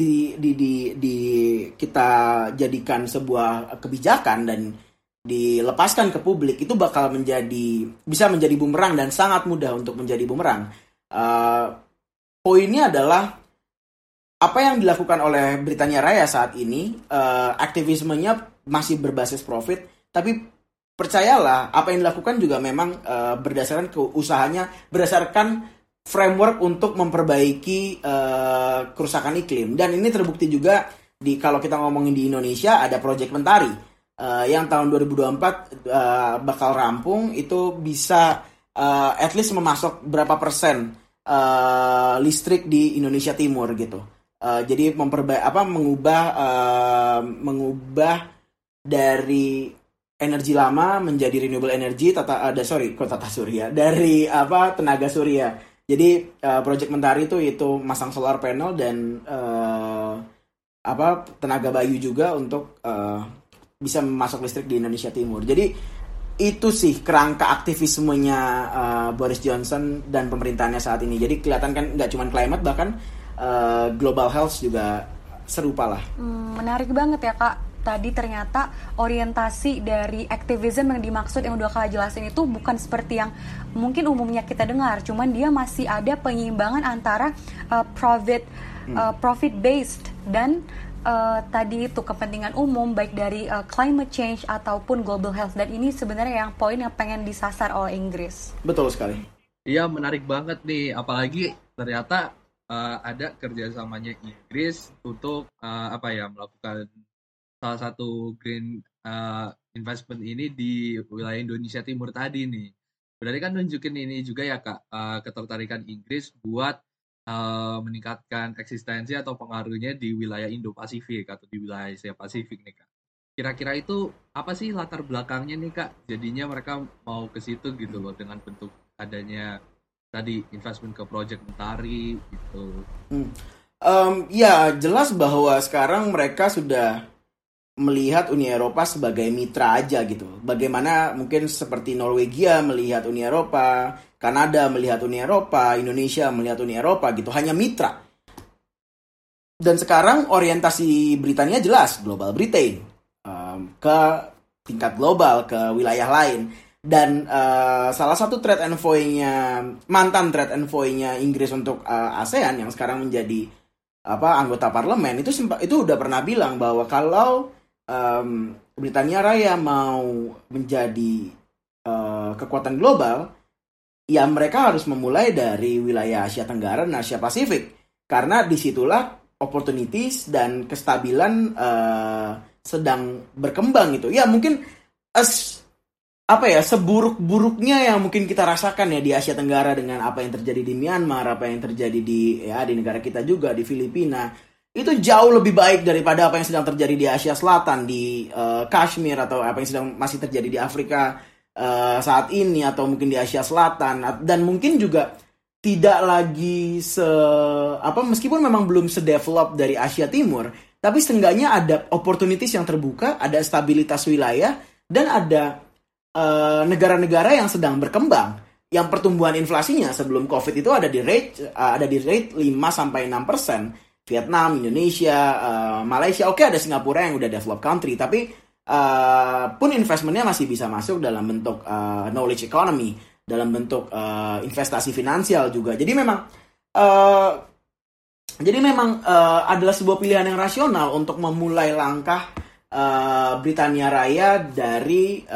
kita jadikan sebuah kebijakan dan dilepaskan ke publik, itu bakal bisa menjadi bumerang dan sangat mudah untuk menjadi bumerang. Poinnya adalah apa yang dilakukan oleh Britania Raya saat ini, aktivismenya masih berbasis profit, tapi percayalah apa yang dilakukan juga memang berdasarkan usahanya, berdasarkan framework untuk memperbaiki kerusakan iklim. Dan ini terbukti juga kalau kita ngomongin di Indonesia ada Project Mentari yang tahun 2024 bakal rampung, itu bisa at least memasok berapa persen listrik di Indonesia Timur gitu. Jadi mengubah dari energi lama menjadi renewable energy dari tenaga surya. Jadi Project Mentari itu masang solar panel dan tenaga bayu juga untuk bisa memasok listrik di Indonesia Timur. Jadi itu sih kerangka aktivismenya Boris Johnson dan pemerintahannya saat ini. Jadi kelihatan kan nggak cuma climate, bahkan global health juga serupa lah. Menarik banget ya Kak. Tadi ternyata orientasi dari aktivisme yang dimaksud yang udah Kak jelasin itu bukan seperti yang mungkin umumnya kita dengar. Cuman dia masih ada penyeimbangan antara profit based dan tadi itu kepentingan umum baik dari climate change ataupun global health, dan ini sebenarnya yang poin yang pengen disasar oleh Inggris. Betul sekali. Iya, menarik banget nih, apalagi ternyata ada kerjasamanya Inggris untuk melakukan salah satu green investment ini di wilayah Indonesia Timur tadi nih. Berarti kan nunjukin ini juga ya Kak, ketertarikan Inggris buat meningkatkan eksistensi atau pengaruhnya di wilayah Indo-Pasifik atau di wilayah Asia Pasifik nih Kak. Kira-kira itu apa sih latar belakangnya nih Kak? Jadinya mereka mau ke situ gitu loh dengan bentuk adanya tadi investment ke Project Mentari gitu. Ya jelas bahwa sekarang mereka sudah melihat Uni Eropa sebagai mitra aja gitu. Bagaimana mungkin seperti Norwegia melihat Uni Eropa, Kanada melihat Uni Eropa, Indonesia melihat Uni Eropa gitu, hanya mitra. Dan sekarang orientasi Britania jelas, Global Britain, ke tingkat global, ke wilayah lain. Dan salah satu trade envoy-nya, mantan trade envoy-nya Inggris untuk ASEAN yang sekarang menjadi anggota parlemen itu udah pernah bilang bahwa kalau Britania Raya mau menjadi kekuatan global, ya mereka harus memulai dari wilayah Asia Tenggara dan Asia Pasifik, karena disitulah opportunities dan kestabilan sedang berkembang gitu. Ya mungkin seburuk-buruknya yang mungkin kita rasakan ya di Asia Tenggara dengan apa yang terjadi di Myanmar, apa yang terjadi di negara kita juga, di Filipina, itu jauh lebih baik daripada apa yang sedang terjadi di Asia Selatan, di Kashmir, atau apa yang masih terjadi di Afrika saat ini, atau mungkin di Asia Selatan. Dan mungkin juga tidak lagi meskipun memang belum sedevelop dari Asia Timur, tapi setidaknya ada opportunities yang terbuka, ada stabilitas wilayah, dan ada negara-negara yang sedang berkembang, yang pertumbuhan inflasinya sebelum COVID itu ada di rate 5-6%. Vietnam, Indonesia, Malaysia, oke ada Singapura yang udah developed country, tapi pun investmentnya masih bisa masuk dalam bentuk knowledge economy, dalam bentuk investasi finansial juga. Jadi memang adalah sebuah pilihan yang rasional untuk memulai langkah Britania Raya dari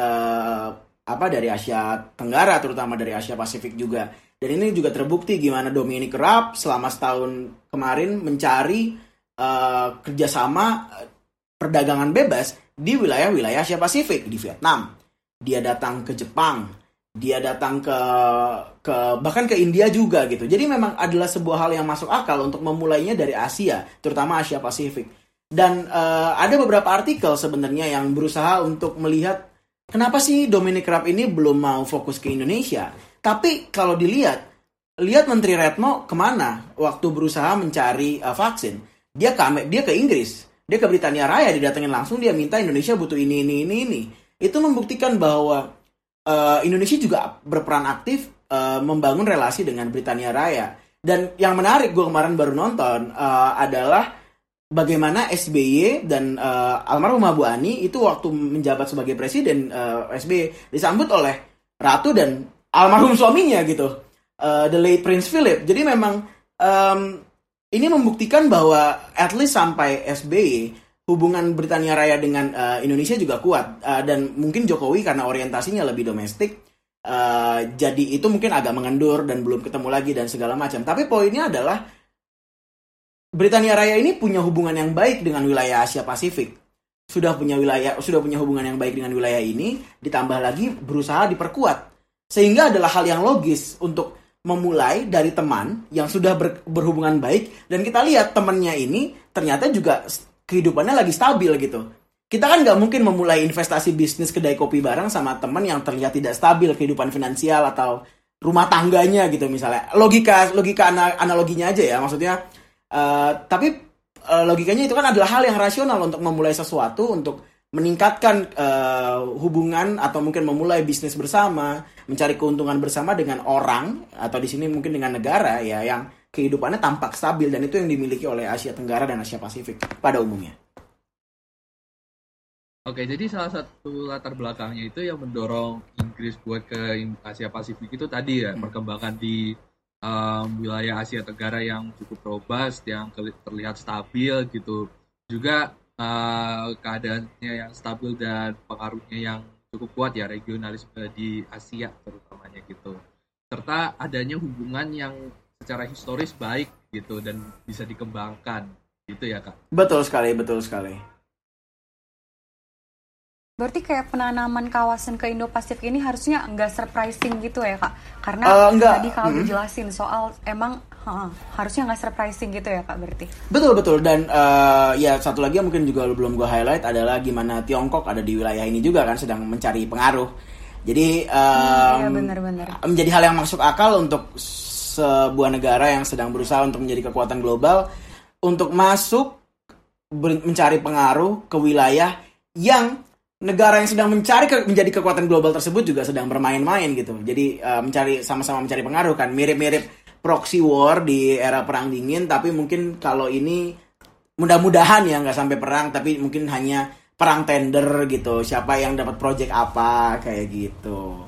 Asia Tenggara, terutama dari Asia Pasifik juga. Dan ini juga terbukti gimana Dominic Raab selama setahun kemarin mencari kerjasama perdagangan bebas di wilayah-wilayah Asia Pasifik, di Vietnam. Dia datang ke Jepang, dia datang bahkan ke India juga gitu. Jadi memang adalah sebuah hal yang masuk akal untuk memulainya dari Asia, terutama Asia Pasifik. Dan ada beberapa artikel sebenarnya yang berusaha untuk melihat kenapa sih Dominic Raab ini belum mau fokus ke Indonesia. Tapi kalau lihat Menteri Retno kemana waktu berusaha mencari vaksin. Dia ke Inggris, dia ke Britania Raya, didatengin langsung, dia minta Indonesia butuh ini. Itu membuktikan bahwa Indonesia juga berperan aktif membangun relasi dengan Britania Raya. Dan yang menarik, gue kemarin baru nonton adalah bagaimana SBY dan almarhumah Bu Ani itu waktu menjabat sebagai presiden, SBY disambut oleh Ratu dan almarhum suaminya gitu, the late Prince Philip. Jadi memang ini membuktikan bahwa at least sampai SBY hubungan Britania Raya dengan Indonesia juga kuat, dan mungkin Jokowi karena orientasinya lebih domestik, jadi itu mungkin agak mengendur dan belum ketemu lagi dan segala macam. Tapi poinnya adalah Britania Raya ini punya hubungan yang baik dengan wilayah Asia Pasifik. Sudah punya hubungan yang baik dengan wilayah ini, ditambah lagi berusaha diperkuat. Sehingga adalah hal yang logis untuk memulai dari teman yang sudah berhubungan baik, dan kita lihat temannya ini ternyata juga kehidupannya lagi stabil gitu. Kita kan nggak mungkin memulai investasi bisnis kedai kopi bareng sama teman yang terlihat tidak stabil kehidupan finansial atau rumah tangganya gitu misalnya. Logika analoginya aja ya, maksudnya. Tapi logikanya itu kan adalah hal yang rasional untuk memulai sesuatu, untuk meningkatkan hubungan atau mungkin memulai bisnis bersama, mencari keuntungan bersama dengan orang atau di sini mungkin dengan negara ya yang kehidupannya tampak stabil, dan itu yang dimiliki oleh Asia Tenggara dan Asia Pasifik pada umumnya. Oke, jadi salah satu latar belakangnya itu yang mendorong Inggris buat ke Asia Pasifik itu tadi ya, perkembangan di wilayah Asia Tenggara yang cukup robust, yang terlihat stabil gitu. Juga keadaannya yang stabil dan pengaruhnya yang cukup kuat ya, regionalisme di Asia terutamanya gitu. Serta adanya hubungan yang secara historis baik gitu dan bisa dikembangkan gitu ya Kak. Betul sekali, betul sekali. Berarti kayak penanaman kawasan ke Indo-Pasifik ini harusnya nggak surprising gitu ya Kak? Karena tadi kalau dijelasin soal emang harusnya nggak surprising gitu ya Kak berarti? Betul. Dan ya satu lagi yang mungkin juga belum gue highlight adalah gimana Tiongkok ada di wilayah ini juga kan sedang mencari pengaruh. Jadi ya benar-benar menjadi hal yang masuk akal untuk sebuah negara yang sedang berusaha untuk menjadi kekuatan global untuk masuk mencari pengaruh ke wilayah yang negara yang sedang menjadi kekuatan global tersebut juga sedang bermain-main gitu. Jadi sama-sama mencari pengaruh kan, mirip-mirip proxy war di era perang dingin, tapi mungkin kalau ini mudah-mudahan ya nggak sampai perang, tapi mungkin hanya perang tender gitu. Siapa yang dapat project apa kayak gitu.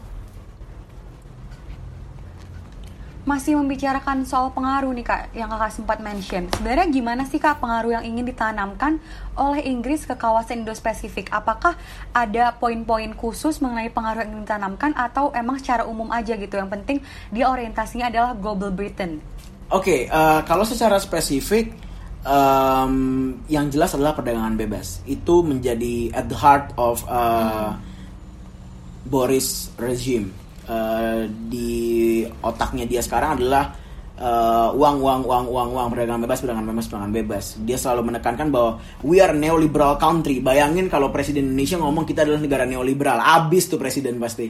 Masih membicarakan soal pengaruh nih Kak, yang Kakak sempat mention. Sebenarnya gimana sih Kak pengaruh yang ingin ditanamkan oleh Inggris ke kawasan Indo-Pasifik? Apakah ada poin-poin khusus mengenai pengaruh yang ingin ditanamkan atau emang secara umum aja gitu? Yang penting dia orientasinya adalah Global Britain. Oke, kalau secara spesifik yang jelas adalah perdagangan bebas. Itu menjadi at the heart of Boris regime. Di otaknya dia sekarang adalah uang, perdagangan bebas. Dia selalu menekankan bahwa we are neoliberal country. Bayangin kalau Presiden Indonesia ngomong kita adalah negara neoliberal, abis tuh Presiden pasti.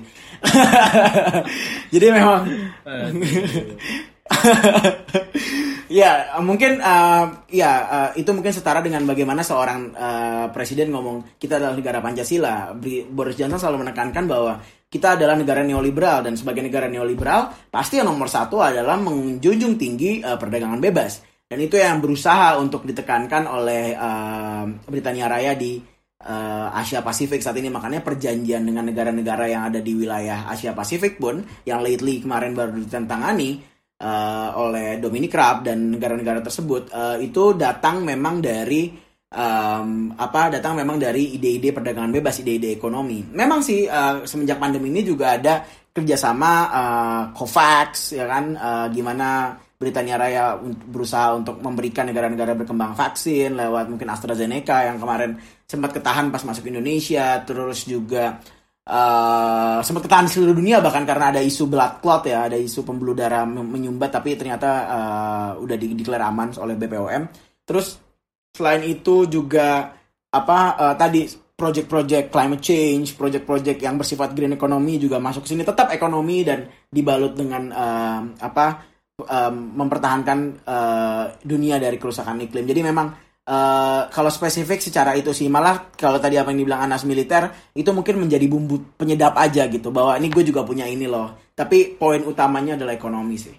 Jadi memang ya mungkin itu mungkin setara dengan bagaimana seorang presiden ngomong kita adalah negara Pancasila. Boris Johnson selalu menekankan bahwa kita adalah negara neoliberal, dan sebagai negara neoliberal pasti yang nomor satu adalah menjunjung tinggi perdagangan bebas, dan itu yang berusaha untuk ditekankan oleh Britania Raya di Asia Pasifik saat ini. Makanya perjanjian dengan negara-negara yang ada di wilayah Asia Pasifik pun yang lately kemarin baru ditantangani oleh Dominic Raab dan negara-negara tersebut itu datang memang dari ide-ide perdagangan bebas, ide-ide ekonomi. Memang sih semenjak pandemi ini juga ada kerjasama COVAX ya kan, gimana Britania Raya berusaha untuk memberikan negara-negara berkembang vaksin lewat mungkin AstraZeneca yang kemarin sempat ketahan pas masuk Indonesia, terus juga sempat ketahan di seluruh dunia bahkan karena ada isu blood clot ya, ada isu pembuluh darah menyumbat, tapi ternyata udah dideklar aman oleh BPOM. Terus selain itu juga tadi project-project climate change, project-project yang bersifat green economy juga masuk sini. Tetap ekonomi dan dibalut dengan mempertahankan dunia dari kerusakan iklim. Jadi memang kalau spesifik secara itu sih, malah kalau tadi apa yang dibilang Anas militer itu mungkin menjadi bumbu penyedap aja gitu, bahwa ini gue juga punya ini loh. Tapi poin utamanya adalah ekonomi sih.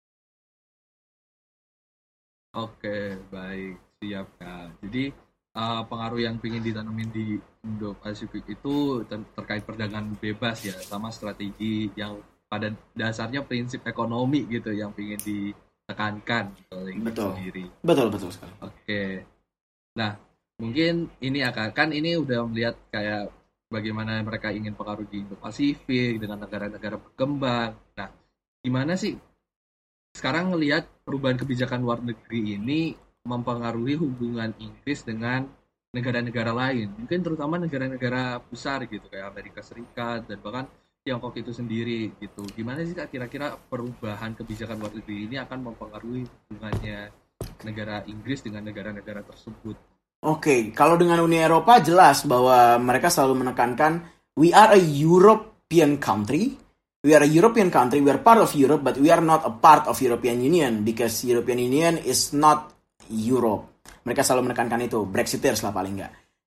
Oke, baik. Siap Kak. Jadi pengaruh yang ingin ditanemin di Indo-Pasifik itu terkait perdagangan bebas ya, sama strategi yang pada dasarnya prinsip ekonomi gitu yang ingin ditekankan oleh Inggris sendiri. Betul sekali. Oke. Nah, mungkin ini kan ini udah melihat kayak bagaimana mereka ingin pengaruh di Indo-Pasifik dengan negara-negara berkembang. Nah, gimana sih sekarang ngelihat perubahan kebijakan luar negeri ini mempengaruhi hubungan Inggris dengan negara-negara lain, mungkin terutama negara-negara besar gitu kayak Amerika Serikat dan bahkan Tiongkok itu sendiri gitu. Gimana sih Kak kira-kira perubahan kebijakan luar negeri ini akan mempengaruhi hubungannya negara Inggris dengan negara-negara tersebut? Oke, kalau dengan Uni Eropa jelas bahwa mereka selalu menekankan we are a European country. We are a European country, we are part of Europe, but we are not a part of European Union because European Union is not Europe. Mereka selalu menekankan itu, Brexiteers lah paling nggak.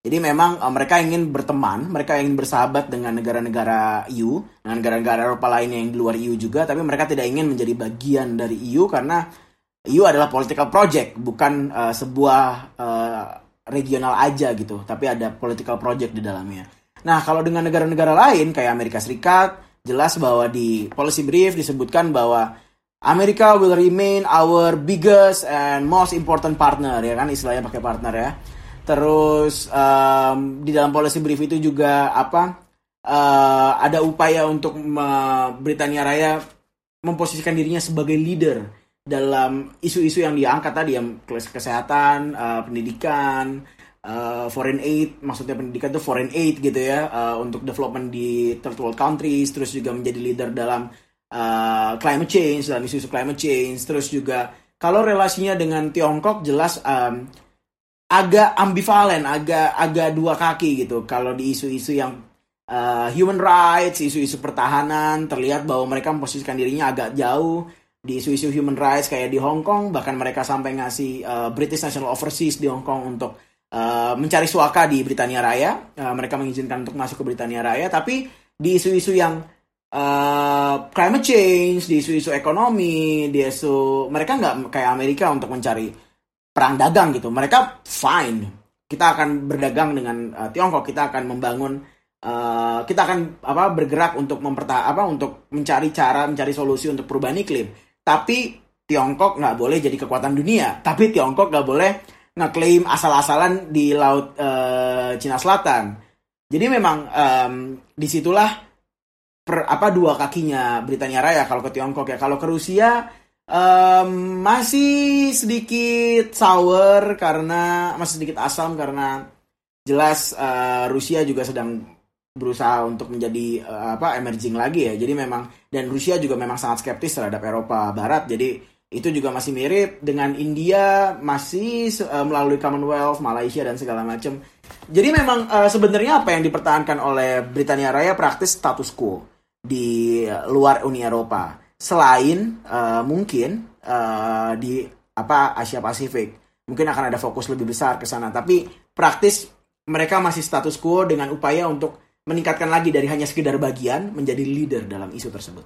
Jadi memang mereka ingin berteman, mereka ingin bersahabat dengan negara-negara EU, dengan negara-negara Eropa lainnya yang di luar EU juga, tapi mereka tidak ingin menjadi bagian dari EU karena EU adalah political project, bukan sebuah regional aja gitu, tapi ada political project di dalamnya. Nah, kalau dengan negara-negara lain kayak Amerika Serikat, jelas bahwa di policy brief disebutkan bahwa America will remain our biggest and most important partner, ya kan, istilahnya pakai partner ya. Terus di dalam policy brief itu juga ada upaya untuk Britania Raya memposisikan dirinya sebagai leader dalam isu-isu yang diangkat tadi, yang kesehatan, pendidikan, foreign aid, maksudnya pendidikan itu foreign aid gitu ya, untuk development di third world countries, terus juga menjadi leader dalam climate change, dalam isu-isu climate change, terus juga kalau relasinya dengan Tiongkok jelas agak ambivalen, agak dua kaki gitu. Kalau di isu-isu yang human rights, isu-isu pertahanan, terlihat bahwa mereka memposisikan dirinya agak jauh. Di isu-isu human rights kayak di Hong Kong, bahkan mereka sampai ngasih British National Overseas di Hong Kong untuk mencari suaka di Britania Raya. Mereka mengizinkan untuk masuk ke Britania Raya. Tapi di isu-isu yang climate change, di isu-isu ekonomi, mereka nggak kayak Amerika untuk mencari perang dagang gitu. Mereka fine. Kita akan berdagang dengan Tiongkok. Kita akan membangun. Kita akan bergerak untuk untuk mencari cara, mencari solusi untuk perubahan iklim. Tapi Tiongkok nggak boleh jadi kekuatan dunia. Tapi Tiongkok nggak boleh ngeklaim asal-asalan di laut Cina Selatan. Jadi memang disitulah dua kakinya Britania Raya kalau ke Tiongkok ya. Kalau ke Rusia masih sedikit sour karena masih sedikit asam karena jelas Rusia juga sedang berusaha untuk menjadi emerging lagi ya. Jadi memang, dan Rusia juga memang sangat skeptis terhadap Eropa Barat. Jadi itu juga masih mirip dengan India, masih melalui Commonwealth, Malaysia dan segala macam. Jadi memang sebenarnya apa yang dipertahankan oleh Britania Raya praktis status quo di luar Uni Eropa. Selain mungkin di Asia Pasifik, mungkin akan ada fokus lebih besar ke sana. Tapi praktis mereka masih status quo dengan upaya untuk meningkatkan lagi dari hanya sekedar bagian menjadi leader dalam isu tersebut.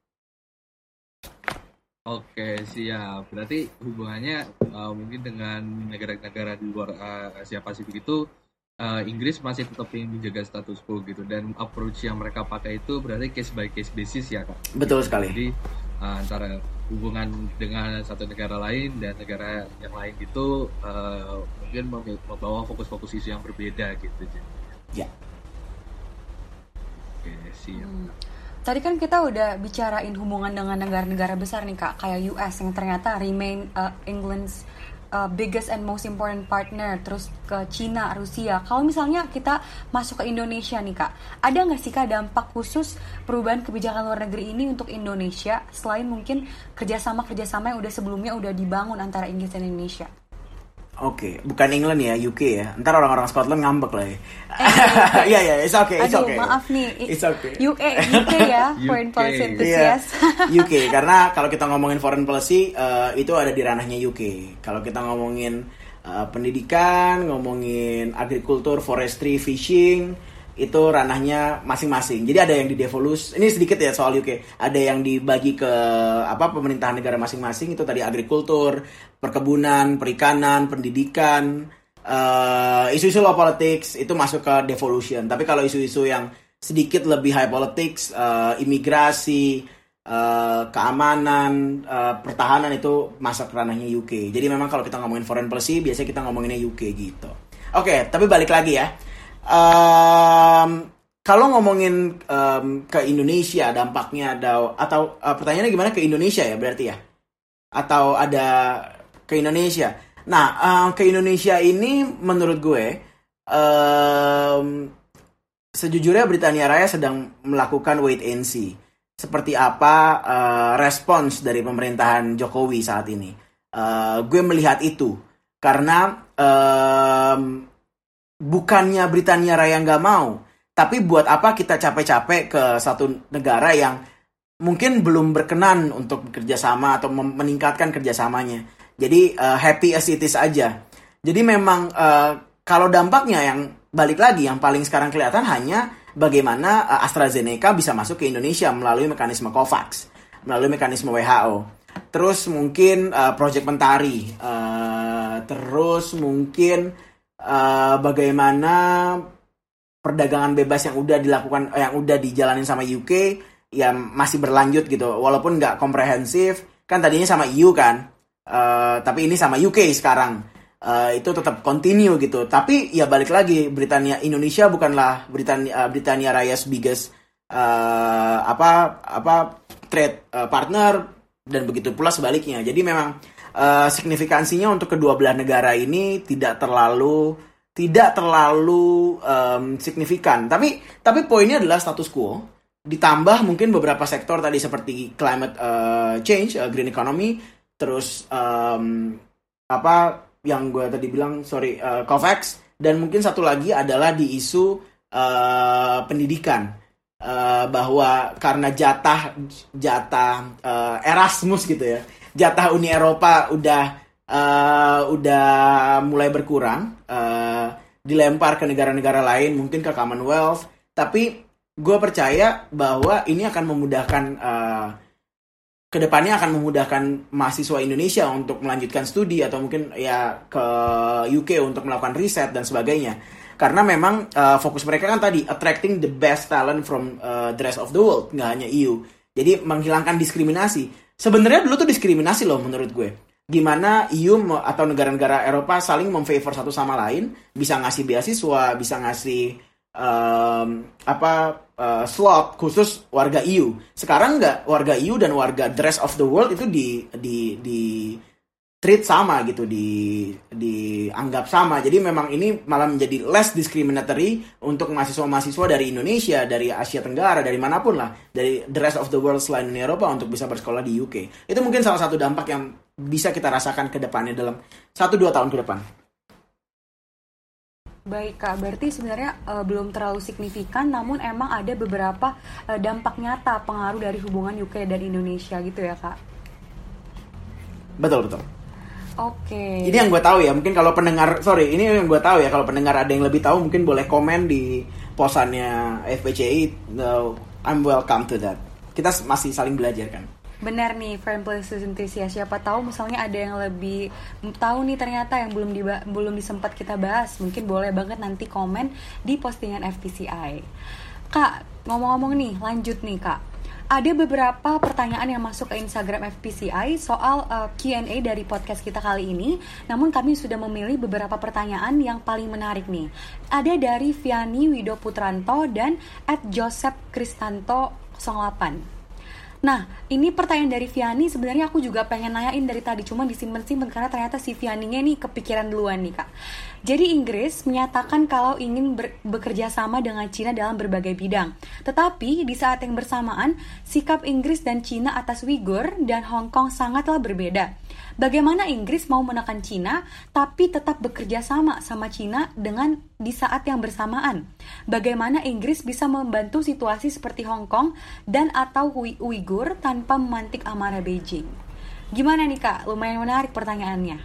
Oke, siap. Berarti hubungannya mungkin dengan negara-negara di luar Asia Pasifik itu Inggris masih tetap ingin menjaga status quo gitu, dan approach yang mereka pakai itu berarti case by case basis ya Kak. Betul sekali. Jadi antara hubungan dengan satu negara lain dan negara yang lain itu mungkin membawa fokus-fokus isu yang berbeda gitu. Ya. Oke, siap. Tadi kan kita udah bicarain hubungan dengan negara-negara besar nih Kak, kayak US yang ternyata remain England's biggest and most important partner, terus ke Cina, Rusia. Kalau misalnya kita masuk ke Indonesia nih Kak, ada nggak sih Kak dampak khusus perubahan kebijakan luar negeri ini untuk Indonesia selain mungkin kerjasama yang udah sebelumnya udah dibangun antara Inggris dan Indonesia? Oke, bukan England ya, UK ya. Ntar orang-orang Scotland ngambek lah ya. Iya, it's okay. Aduh, maaf nih. It's okay. UK ya, foreign policy enthusiast. UK, karena kalau kita ngomongin foreign policy, itu ada di ranahnya UK. Kalau kita ngomongin pendidikan, ngomongin agrikultur, forestry, fishing, itu ranahnya masing-masing. Jadi ada yang didevolus. Ini sedikit ya soal UK. Ada yang dibagi ke pemerintahan negara masing-masing. Itu tadi agrikultur, perkebunan, perikanan, pendidikan, isu-isu law politics itu masuk ke devolution. Tapi kalau isu-isu yang sedikit lebih high politics, imigrasi, keamanan, pertahanan itu masuk ke ranahnya UK. Jadi memang kalau kita ngomongin foreign policy, biasanya kita ngomonginnya UK gitu. Oke, tapi balik lagi ya. Kalau ngomongin ke Indonesia dampaknya atau pertanyaannya gimana ke Indonesia ya berarti ya, atau ada ke Indonesia. Nah, ke Indonesia ini menurut gue sejujurnya Britania Raya sedang melakukan wait and see. Seperti apa respons dari pemerintahan Jokowi saat ini. Gue melihat itu karena bukannya Britania Raya nggak mau, tapi buat apa kita capek-capek ke satu negara yang mungkin belum berkenan untuk bekerja sama atau meningkatkan kerjasamanya. Jadi happy as it is aja. Jadi memang kalau dampaknya yang balik lagi yang paling sekarang kelihatan hanya bagaimana AstraZeneca bisa masuk ke Indonesia melalui mekanisme COVAX, melalui mekanisme WHO. Terus mungkin Project Mentari, terus mungkin bagaimana perdagangan bebas yang udah dilakukan, yang udah dijalanin sama UK ya masih berlanjut gitu, walaupun nggak komprehensif. Kan tadinya sama EU kan, tapi ini sama UK sekarang. Itu tetap continue gitu. Tapi ya balik lagi, Indonesia bukanlah Britania Raya's biggest trade partner, dan begitu pula sebaliknya. Jadi memang signifikansinya untuk kedua belah negara ini tidak terlalu signifikan. Tapi poinnya adalah status quo, ditambah mungkin beberapa sektor tadi seperti climate change, green economy, terus yang gue tadi bilang, COVAX, dan mungkin satu lagi adalah di isu pendidikan, bahwa karena jatah Erasmus gitu ya, jatah Uni Eropa udah mulai berkurang, dilempar ke negara-negara lain, mungkin ke Commonwealth. Tapi gue percaya bahwa ini akan memudahkan, kedepannya akan memudahkan mahasiswa Indonesia untuk melanjutkan studi, atau mungkin ya ke UK untuk melakukan riset dan sebagainya. Karena memang fokus mereka kan tadi attracting the best talent from the rest of the world, nggak hanya EU. Jadi menghilangkan diskriminasi. Sebenarnya dulu tuh diskriminasi loh menurut gue. Gimana EU atau negara-negara Eropa saling memfavor satu sama lain, bisa ngasih beasiswa, bisa ngasih slot khusus warga EU. Sekarang nggak, warga EU dan warga the rest of the world itu di treat sama gitu, dianggap sama. Jadi memang ini malah menjadi less discriminatory untuk mahasiswa-mahasiswa dari Indonesia, dari Asia Tenggara, dari manapun lah, dari the rest of the world selain Uni Eropa untuk bisa bersekolah di UK. Itu mungkin salah satu dampak yang bisa kita rasakan ke depannya dalam 1-2 tahun ke depan. Baik Kak, berarti sebenarnya belum terlalu signifikan, namun emang ada beberapa dampak nyata pengaruh dari hubungan UK dan Indonesia gitu ya Kak? Betul. Oke. Ini yang gue tahu ya, mungkin kalau pendengar, ini yang gue tahu ya, kalau pendengar ada yang lebih tahu mungkin boleh komen di posannya FPCI. I'm welcome to that. Kita masih saling belajar kan. Benar nih, Friend Places ya. Siapa tahu misalnya ada yang lebih tahu nih ternyata yang belum disempat kita bahas. Mungkin boleh banget nanti komen di postingan FPCI. Kak, ngomong-ngomong nih, lanjut nih Kak. Ada beberapa pertanyaan yang masuk ke Instagram FPCI soal Q&A dari podcast kita kali ini. Namun kami sudah memilih beberapa pertanyaan yang paling menarik nih. Ada dari Viani Wido Putranto dan @JosephKristanto08. Nah, ini pertanyaan dari Viani, sebenarnya aku juga pengen nanyain dari tadi, cuma disimpan karena ternyata si Vianinya nih kepikiran duluan nih Kak. Jadi Inggris menyatakan kalau ingin bekerja sama dengan Cina dalam berbagai bidang. Tetapi di saat yang bersamaan, sikap Inggris dan Cina atas Uighur dan Hong Kong sangatlah berbeda. Bagaimana Inggris mau menekan Cina tapi tetap bekerja sama Cina dengan di saat yang bersamaan? Bagaimana Inggris bisa membantu situasi seperti Hong Kong dan atau Uighur tanpa memantik amarah Beijing? Gimana nih Kak? Lumayan menarik pertanyaannya.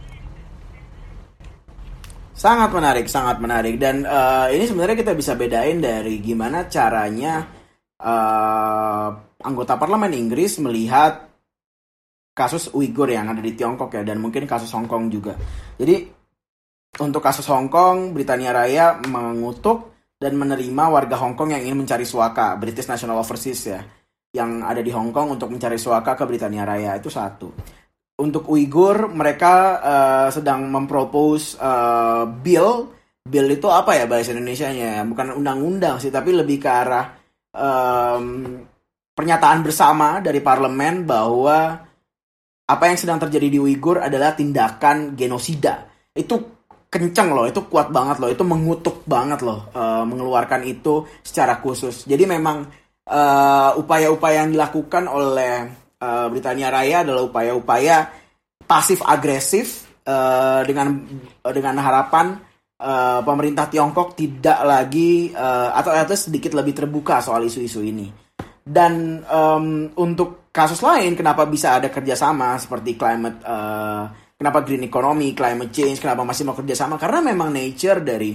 Sangat menarik. Dan ini sebenarnya kita bisa bedain dari gimana caranya anggota parlemen Inggris melihat kasus Uighur yang ada di Tiongkok ya, dan mungkin kasus Hong Kong juga. Jadi untuk kasus Hong Kong, Britania Raya mengutuk dan menerima warga Hong Kong yang ingin mencari suaka, British National Overseas ya, yang ada di Hong Kong untuk mencari suaka ke Britania Raya. Itu satu. Untuk Uighur, mereka sedang mempropose bill itu apa ya bahasa Indonesianya ya? Bukan undang-undang sih, tapi lebih ke arah pernyataan bersama dari parlemen bahwa apa yang sedang terjadi di Uighur adalah tindakan genosida. Itu kenceng loh, itu kuat banget loh, itu mengutuk banget loh, mengeluarkan itu secara khusus. Jadi memang upaya-upaya yang dilakukan oleh Britania Raya adalah upaya-upaya pasif agresif dengan harapan pemerintah Tiongkok tidak lagi atau sedikit lebih terbuka soal isu-isu ini. Dan untuk kasus lain, kenapa bisa ada kerjasama seperti kenapa green economy, climate change, kenapa masih mau kerjasama? Karena memang nature dari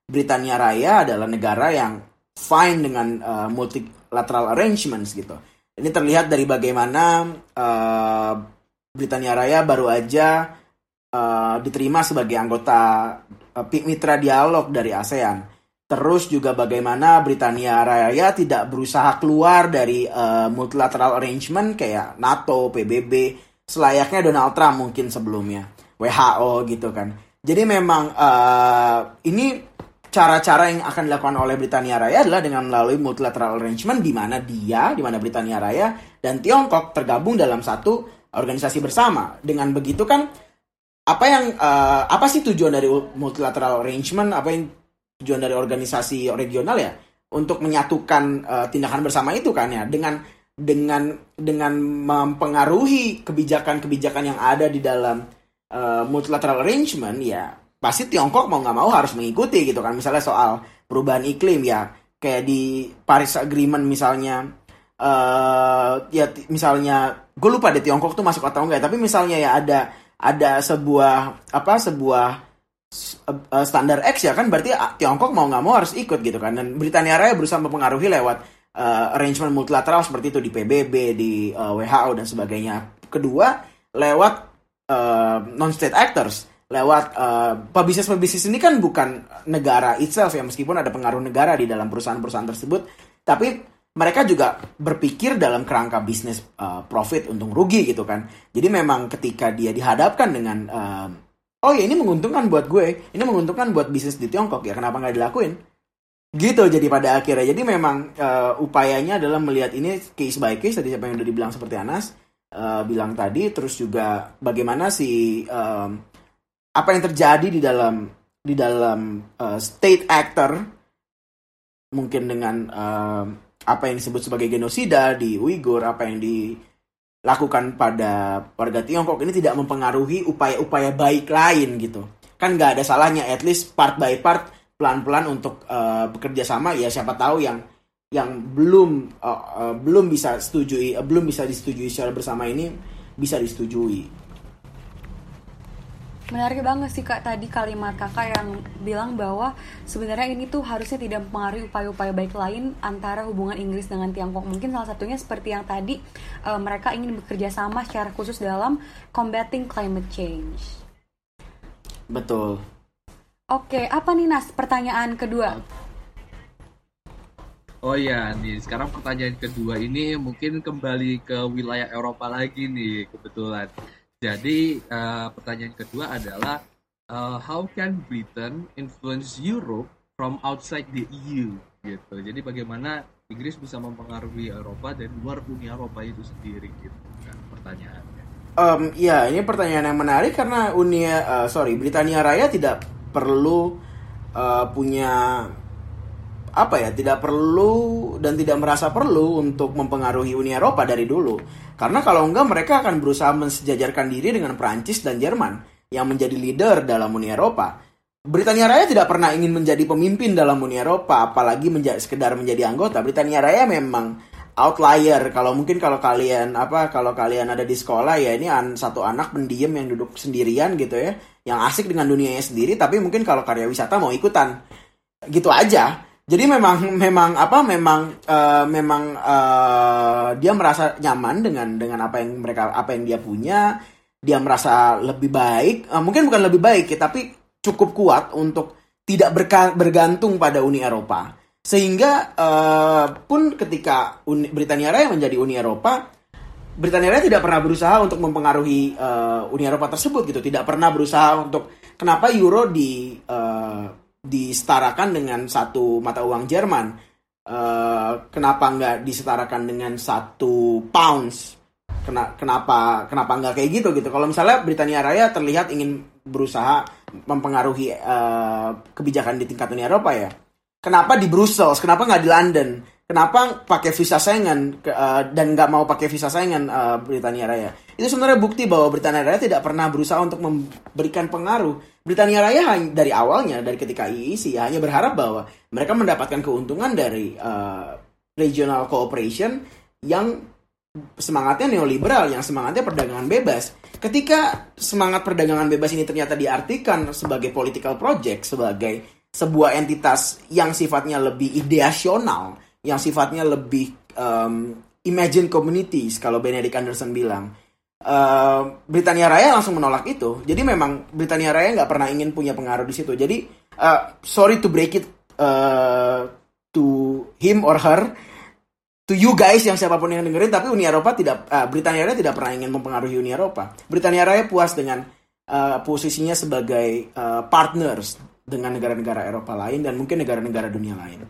Britania Raya adalah negara yang fine dengan multilateral arrangements gitu. Ini terlihat dari bagaimana Britania Raya baru aja diterima sebagai anggota mitra dialog dari ASEAN. Terus juga bagaimana Britania Raya tidak berusaha keluar dari multilateral arrangement kayak NATO, PBB, selayaknya Donald Trump mungkin sebelumnya, WHO gitu kan. Jadi memang ini cara-cara yang akan dilakukan oleh Britania Raya adalah dengan melalui multilateral arrangement di mana Britania Raya dan Tiongkok tergabung dalam satu organisasi bersama. Dengan begitu kan apa sih tujuan dari multilateral arrangement? Apa yang tujuan dari organisasi regional ya? Untuk menyatukan tindakan bersama itu kan ya, dengan mempengaruhi kebijakan-kebijakan yang ada di dalam multilateral arrangement ya. Pasti Tiongkok mau nggak mau harus mengikuti gitu kan. Misalnya soal perubahan iklim ya, kayak di Paris Agreement misalnya, misalnya gue lupa deh Tiongkok tuh masuk atau enggak. Tapi misalnya ya ada sebuah standar X ya kan, berarti Tiongkok mau nggak mau harus ikut gitu kan. Dan Britania Raya berusaha mempengaruhi lewat arrangement multilateral seperti itu di PBB, di WHO dan sebagainya. Kedua lewat non-state actors, lewat pebisnis ini kan bukan negara itself ya, meskipun ada pengaruh negara di dalam perusahaan-perusahaan tersebut, tapi mereka juga berpikir dalam kerangka bisnis profit untung rugi gitu kan. Jadi memang ketika dia dihadapkan dengan ini menguntungkan buat gue, ini menguntungkan buat bisnis di Tiongkok ya, kenapa nggak dilakuin? Gitu jadi pada akhirnya. Jadi memang upayanya adalah melihat ini case by case, tadi siapa yang udah dibilang seperti Anas bilang tadi, terus juga bagaimana apa yang terjadi di dalam state actor mungkin dengan apa yang disebut sebagai genosida di Uighur, apa yang dilakukan pada warga Tiongkok ini tidak mempengaruhi upaya-upaya baik lain gitu. Kan nggak ada salahnya at least part by part pelan-pelan untuk bekerja sama ya, siapa tahu yang belum bisa disetujui secara bersama ini bisa disetujui. Menarik banget sih Kak tadi kalimat Kakak yang bilang bahwa sebenarnya ini tuh harusnya tidak mempengaruhi upaya-upaya baik lain antara hubungan Inggris dengan Tiongkok. Mungkin salah satunya seperti yang tadi mereka ingin bekerja sama secara khusus dalam combating climate change. Betul. Oke, apa nih Nas pertanyaan kedua? Oh ya nih, sekarang pertanyaan kedua ini mungkin kembali ke wilayah Eropa lagi nih kebetulan. Jadi pertanyaan kedua adalah how can Britain influence Europe from outside the EU gitu. Jadi bagaimana Inggris bisa mempengaruhi Eropa dan luar Uni Eropa itu sendiri gitu kan pertanyaannya. Ya ini pertanyaan yang menarik karena Britania Raya tidak perlu tidak perlu dan tidak merasa perlu untuk mempengaruhi Uni Eropa dari dulu. Karena kalau enggak mereka akan berusaha mensejajarkan diri dengan Prancis dan Jerman yang menjadi leader dalam Uni Eropa. Britania Raya tidak pernah ingin menjadi pemimpin dalam Uni Eropa, apalagi sekedar menjadi anggota. Britania Raya memang outlier. Kalau kalian ada di sekolah ya, ini satu anak pendiam yang duduk sendirian gitu ya, yang asik dengan dunianya sendiri, tapi mungkin kalau karya wisata mau ikutan. Gitu aja. Jadi memang dia merasa nyaman dengan apa yang dia punya. Dia merasa lebih baik, mungkin bukan lebih baik ya, tapi cukup kuat untuk tidak bergantung pada Uni Eropa. Sehingga pun ketika Britania Raya menjadi Uni Eropa, Britania Raya tidak pernah berusaha untuk mempengaruhi Uni Eropa tersebut gitu. Tidak pernah berusaha untuk kenapa euro disetarakan dengan satu mata uang Jerman, kenapa nggak disetarakan dengan 1 pounds, kenapa nggak kayak gitu. Kalau misalnya Britania Raya terlihat ingin berusaha mempengaruhi kebijakan di tingkat Uni Eropa ya, kenapa di Brussels, kenapa nggak di London, kenapa pakai visa Schengen dan nggak mau pakai visa Schengen Britania Raya. Itu sebenarnya bukti bahwa Britania Raya tidak pernah berusaha untuk memberikan pengaruh. Britania Raya dari awalnya, dari ketika EEC, hanya berharap bahwa mereka mendapatkan keuntungan dari regional cooperation yang semangatnya neoliberal, yang semangatnya perdagangan bebas. Ketika semangat perdagangan bebas ini ternyata diartikan sebagai political project, sebagai sebuah entitas yang sifatnya lebih ideasional, yang sifatnya lebih imagine communities kalau Benedict Anderson bilang. Britania Raya langsung menolak itu. Jadi memang Britania Raya nggak pernah ingin punya pengaruh di situ. Jadi sorry to break it to him or her, to you guys yang siapapun yang dengerin, tapi Uni Eropa Britania Raya tidak pernah ingin mempengaruhi Uni Eropa. Britania Raya puas dengan posisinya sebagai partners dengan negara-negara Eropa lain dan mungkin negara-negara dunia lain.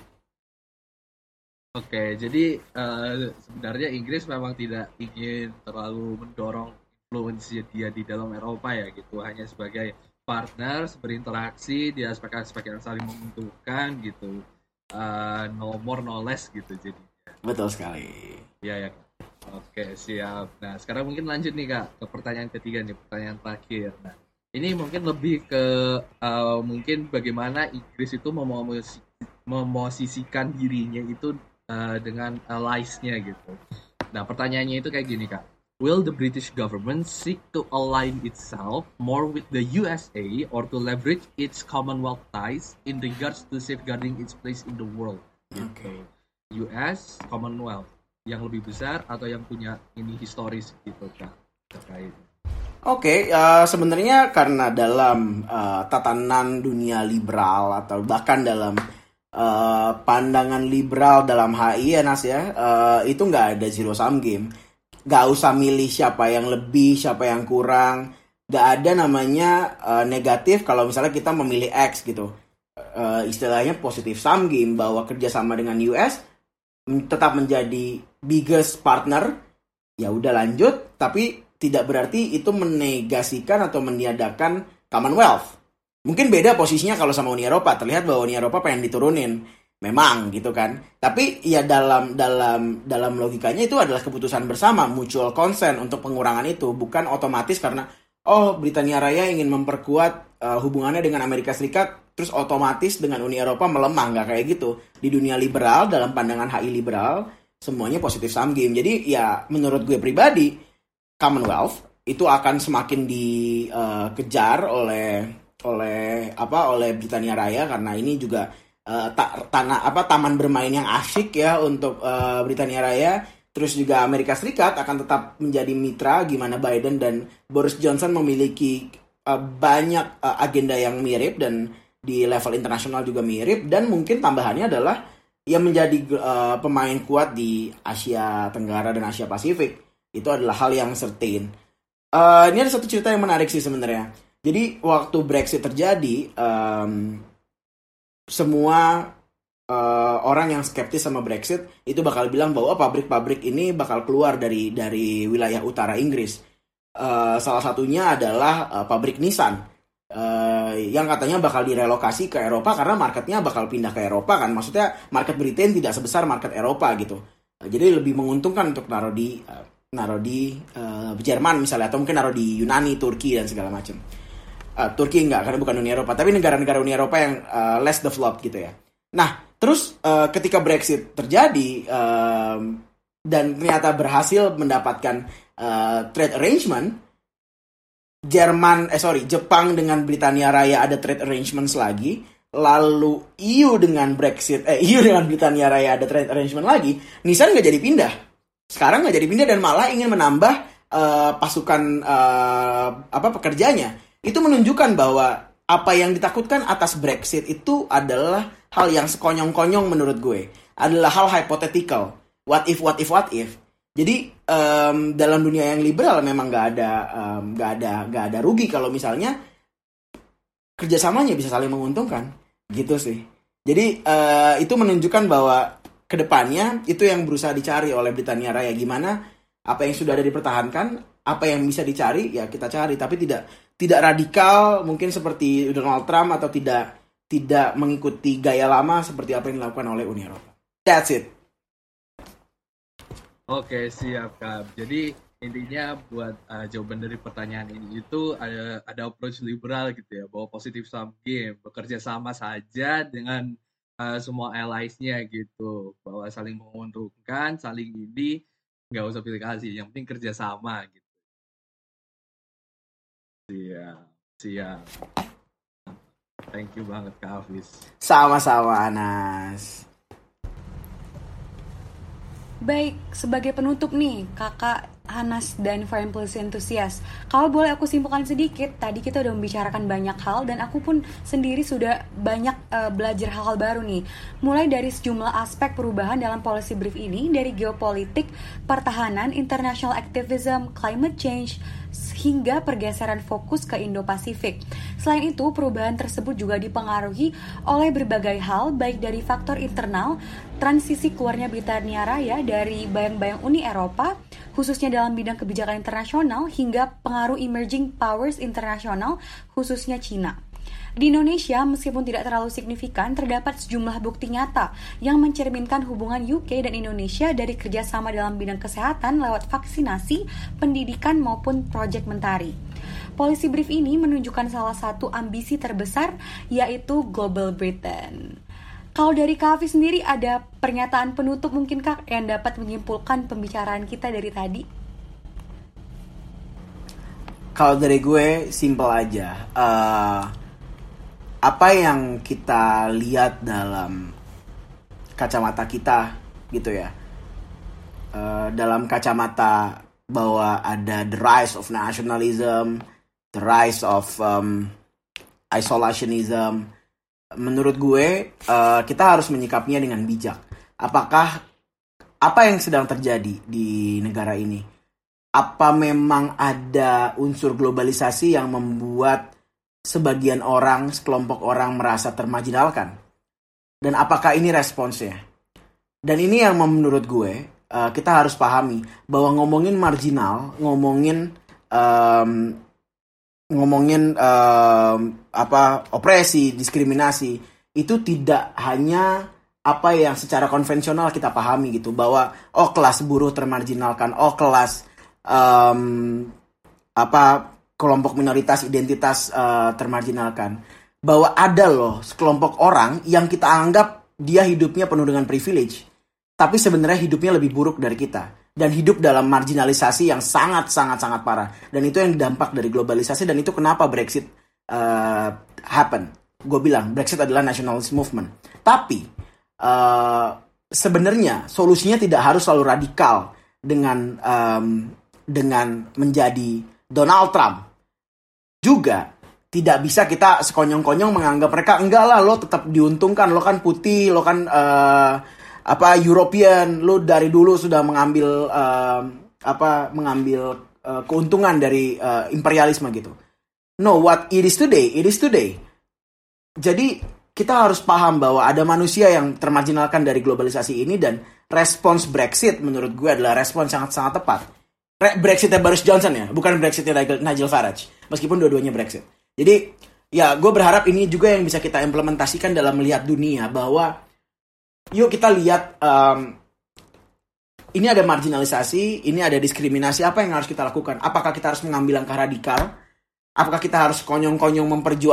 Oke, jadi sebenarnya Inggris memang tidak ingin terlalu mendorong influence dia di dalam Eropa ya gitu, hanya sebagai partners berinteraksi di aspek-aspek yang saling menguntungkan gitu, no more no less gitu jadinya. Betul sekali. Iya ya. Oke, siap. Nah, sekarang mungkin lanjut nih Kak ke pertanyaan ketiga nih, pertanyaan terakhir. Nah, ini mungkin lebih ke mungkin bagaimana Inggris itu memosisikan dirinya itu dengan allies-nya gitu. Nah, pertanyaannya itu kayak gini Kak. Will the British government seek to align itself more with the USA or to leverage its Commonwealth ties in regards to safeguarding its place in the world? Oke. US, Commonwealth, yang lebih besar atau yang punya ini historis gitu Kak terkait? Oke, sebenarnya karena dalam tatanan dunia liberal atau bahkan dalam pandangan liberal dalam HI ya Nas ya, itu nggak ada zero sum game. Nggak usah milih siapa yang lebih, siapa yang kurang. Nggak ada namanya negatif kalau misalnya kita memilih X gitu. Istilahnya positive sum game, bahwa kerjasama dengan US tetap menjadi biggest partner. Ya udah lanjut, tapi tidak berarti itu menegasikan atau meniadakan Commonwealth. Mungkin beda posisinya kalau sama Uni Eropa. Terlihat bahwa Uni Eropa pengen diturunin. Memang gitu kan. Tapi ya dalam logikanya itu adalah keputusan bersama, mutual consent untuk pengurangan itu. Bukan otomatis karena Britania Raya ingin memperkuat hubungannya dengan Amerika Serikat, terus otomatis dengan Uni Eropa melemah. Nggak kayak gitu. Di dunia liberal, dalam pandangan HI liberal, semuanya positive sum game. Jadi ya menurut gue pribadi, Commonwealth itu akan semakin dikejar oleh Britania Raya, karena ini juga taman bermain yang asyik ya untuk Britania Raya. Terus juga Amerika Serikat akan tetap menjadi mitra, gimana Biden dan Boris Johnson memiliki banyak agenda yang mirip dan di level internasional juga mirip, dan mungkin tambahannya adalah yang menjadi pemain kuat di Asia Tenggara dan Asia Pasifik. Itu adalah hal yang certain. Ini ada satu cerita yang menarik sih sebenarnya. Jadi waktu Brexit terjadi, semua orang yang skeptis sama Brexit itu bakal bilang bahwa pabrik-pabrik ini bakal keluar dari wilayah utara Inggris. Salah satunya adalah pabrik Nissan, yang katanya bakal direlokasi ke Eropa karena marketnya bakal pindah ke Eropa kan. Maksudnya market Britain tidak sebesar market Eropa gitu. Jadi lebih menguntungkan untuk naruh di Jerman misalnya, atau mungkin naruh di Yunani, Turki dan segala macam. Turki enggak, karena bukan Uni Eropa, tapi negara-negara Uni Eropa yang less developed gitu ya. Nah, terus ketika Brexit terjadi dan ternyata berhasil mendapatkan trade arrangement, Jepang dengan Britania Raya ada trade arrangements lagi, lalu EU dengan Britania Raya ada trade arrangement lagi, Nissan nggak jadi pindah. Sekarang nggak jadi pindah dan malah ingin menambah pasukan pekerjanya. Itu menunjukkan bahwa apa yang ditakutkan atas Brexit itu adalah hal yang sekonyong-konyong menurut gue. Adalah hal hypothetical. What if. Jadi dalam dunia yang liberal memang nggak ada rugi kalau misalnya kerjasamanya bisa saling menguntungkan. Gitu sih. Jadi itu menunjukkan bahwa kedepannya itu yang berusaha dicari oleh Britania Raya. Gimana apa yang sudah ada dipertahankan, apa yang bisa dicari ya kita cari, tapi tidak radikal mungkin seperti Donald Trump, atau tidak mengikuti gaya lama seperti apa yang dilakukan oleh Uni Eropa. That's it. Oke, siap Kak. Jadi intinya buat jawaban dari pertanyaan ini itu ada approach liberal gitu ya, bahwa positive sum game, bekerja sama saja dengan semua allies-nya gitu, bahwa saling menguntungkan, saling ini, nggak usah pilih kasih, yang penting kerja sama gitu. Siap. Thank you banget Kak Hafiz. Sama-sama Anas. Baik, sebagai penutup nih, Kakak Hanas dan Foreign Policy Enthusiast, kalau boleh aku simpulkan sedikit, tadi kita udah membicarakan banyak hal dan aku pun sendiri sudah banyak belajar hal-hal baru nih. Mulai dari sejumlah aspek perubahan dalam policy brief ini, dari geopolitik, pertahanan, international activism, climate change, hingga pergeseran fokus ke Indo-Pasifik. Selain itu, perubahan tersebut juga dipengaruhi oleh berbagai hal, baik dari faktor internal, transisi keluarnya Britania Raya dari bayang-bayang Uni Eropa, khususnya dalam bidang kebijakan internasional, hingga pengaruh emerging powers internasional, khususnya Cina. Di Indonesia, meskipun tidak terlalu signifikan, terdapat sejumlah bukti nyata yang mencerminkan hubungan UK dan Indonesia dari kerjasama dalam bidang kesehatan lewat vaksinasi, pendidikan, maupun proyek Mentari. Policy brief ini menunjukkan salah satu ambisi terbesar, yaitu Global Britain. Kalau dari Kak Hafiz sendiri, ada pernyataan penutup mungkin Kak yang dapat menyimpulkan pembicaraan kita dari tadi? Kalau dari gue, simple aja. Apa yang kita lihat dalam kacamata kita gitu ya, dalam kacamata bahwa ada the rise of nationalism, the rise of isolationism, menurut gue kita harus menyikapinya dengan bijak. Apakah apa yang sedang terjadi di negara ini? Apa memang ada unsur globalisasi yang membuat sebagian orang, sekelompok orang merasa termarginalkan? Dan apakah ini responsnya? Dan ini yang menurut gue kita harus pahami bahwa ngomongin marginal, ngomongin opresi, diskriminasi, itu tidak hanya apa yang secara konvensional kita pahami gitu, bahwa kelas buruh termarginalkan, kelas kelompok minoritas identitas termarginalkan, bahwa ada loh sekelompok orang yang kita anggap dia hidupnya penuh dengan privilege, tapi sebenarnya hidupnya lebih buruk dari kita dan hidup dalam marginalisasi yang sangat parah. Dan itu yang dampak dari globalisasi, dan itu kenapa Brexit happen. Gue bilang Brexit adalah nationalist movement. Tapi sebenarnya solusinya tidak harus selalu radikal dengan menjadi Donald Trump. Juga tidak bisa kita sekonyong-konyong menganggap mereka, enggak lah, lo tetap diuntungkan, lo kan putih, lo kan European, lo dari dulu sudah mengambil keuntungan dari imperialisme gitu. No, what it is today, it is today. Jadi kita harus paham bahwa ada manusia yang termarginalkan dari globalisasi ini, dan respons Brexit menurut gue adalah respons sangat-sangat tepat. Brexitnya Boris Johnson ya, bukan Brexitnya Nigel Farage, meskipun dua-duanya Brexit. Jadi ya gue berharap ini juga yang bisa kita implementasikan dalam melihat dunia, bahwa yuk kita lihat ini ada marginalisasi, ini ada diskriminasi, apa yang harus kita lakukan? Apakah kita harus mengambil langkah radikal? Apakah kita harus konyong-konyong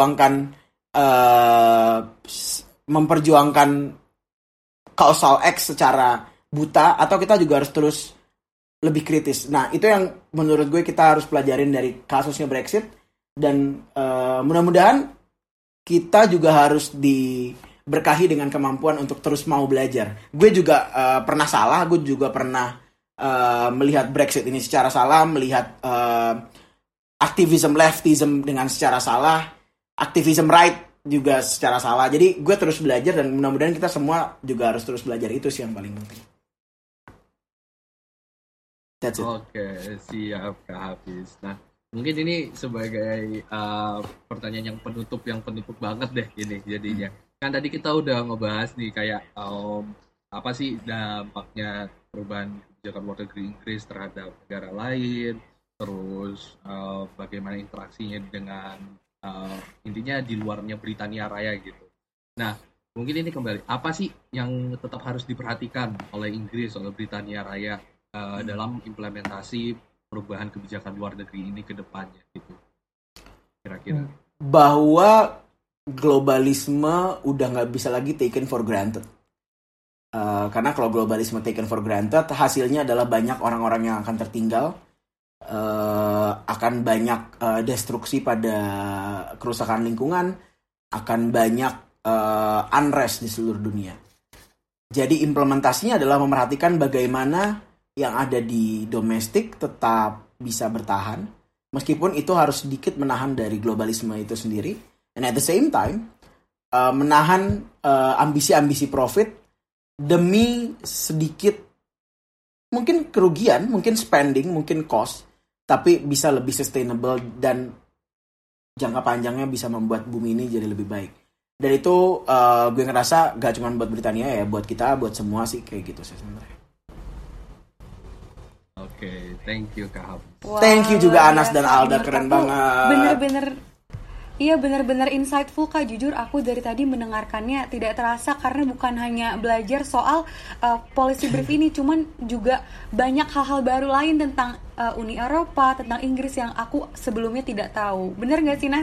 memperjuangkan causal X secara buta, atau kita juga harus terus lebih kritis? Nah, itu yang menurut gue kita harus pelajarin dari kasusnya Brexit, dan mudah-mudahan kita juga harus diberkahi dengan kemampuan untuk terus mau belajar. Gue juga pernah salah, gue juga pernah melihat Brexit ini secara salah, melihat aktivisme leftism dengan secara salah, aktivisme right juga secara salah. Jadi gue terus belajar, dan mudah-mudahan kita semua juga harus terus belajar. Itu sih yang paling penting. Oke, siap Kak Hafiz. Nah, mungkin ini sebagai pertanyaan yang penutup banget deh ini jadinya. Kan tadi kita udah ngebahas nih kayak apa sih dampaknya perubahan kebijakan luar negeri Inggris terhadap negara lain, terus bagaimana interaksinya dengan intinya di luarnya Britania Raya gitu. Nah, mungkin ini kembali, apa sih yang tetap harus diperhatikan oleh Inggris, oleh Britania Raya dalam implementasi perubahan kebijakan luar negeri ini ke depannya gitu, kira-kira? Bahwa globalisme udah nggak bisa lagi taken for granted. Karena kalau globalisme taken for granted, hasilnya adalah banyak orang-orang yang akan tertinggal, akan banyak destruksi pada kerusakan lingkungan, akan banyak unrest di seluruh dunia. Jadi implementasinya adalah memerhatikan bagaimana yang ada di domestik tetap bisa bertahan, meskipun itu harus sedikit menahan dari globalisme itu sendiri, and at the same time menahan ambisi-ambisi profit demi sedikit mungkin kerugian, mungkin spending, mungkin cost, tapi bisa lebih sustainable dan jangka panjangnya bisa membuat bumi ini jadi lebih baik. Dan itu gue ngerasa gak cuma buat Britania ya, buat kita, buat semua sih kayak gitu sih sebenarnya. Oke, thank you Kak Hafiz. Wow, thank you juga Anas dan Alda, menurut keren aku banget. Bener-bener insightful Kak. Jujur aku dari tadi mendengarkannya tidak terasa, karena bukan hanya belajar soal policy brief ini, cuman juga banyak hal-hal baru lain tentang Uni Eropa, tentang Inggris yang aku sebelumnya tidak tahu. Bener gak sih Nas?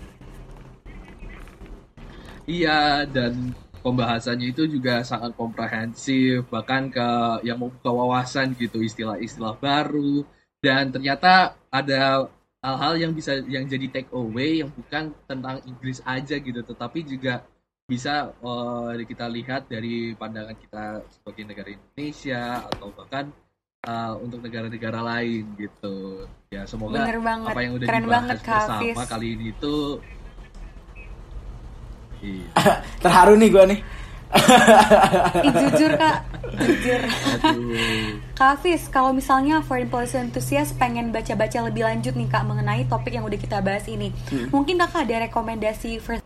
Iya, dan pembahasannya itu juga sangat komprehensif, bahkan ke yang membuka wawasan gitu, istilah-istilah baru, dan ternyata ada hal-hal yang jadi take away yang bukan tentang Inggris aja gitu, tetapi juga bisa kita lihat dari pandangan kita sebagai negara Indonesia atau bahkan untuk negara-negara lain gitu. Ya semoga apa yang udah dibahas bersama kali ini tuh terharu nih gue nih. Jujur Kak, jujur. Kak Hafiz, kalau misalnya foreign policy enthusiast pengen baca-baca lebih lanjut nih Kak mengenai topik yang udah kita bahas ini, mungkin Kakak ada rekomendasi first?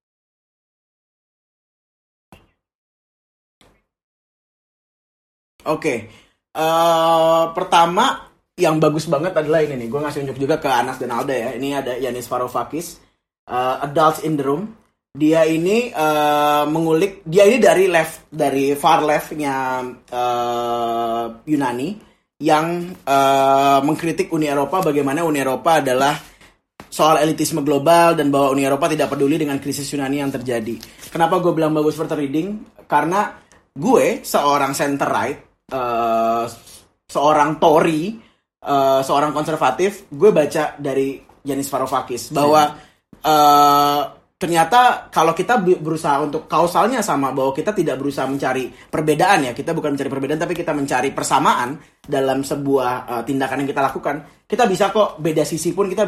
Oke. Pertama yang bagus banget adalah ini nih, gue ngasih unjuk juga ke Anas dan Alda ya. Ini ada Yanis Varoufakis, Adults in the Room. Dia ini mengulik, dia ini dari far leftnya Yunani yang mengkritik Uni Eropa, bagaimana Uni Eropa adalah soal elitisme global dan bahwa Uni Eropa tidak peduli dengan krisis Yunani yang terjadi. Kenapa gue bilang bagus for reading? Karena gue seorang center right, seorang Tory, seorang konservatif, gue baca dari Yanis Varoufakis bahwa ternyata kalau kita berusaha untuk kausalnya sama, bahwa kita tidak berusaha mencari perbedaan ya, kita bukan mencari perbedaan tapi kita mencari persamaan dalam sebuah tindakan yang kita lakukan, kita bisa kok beda sisi pun kita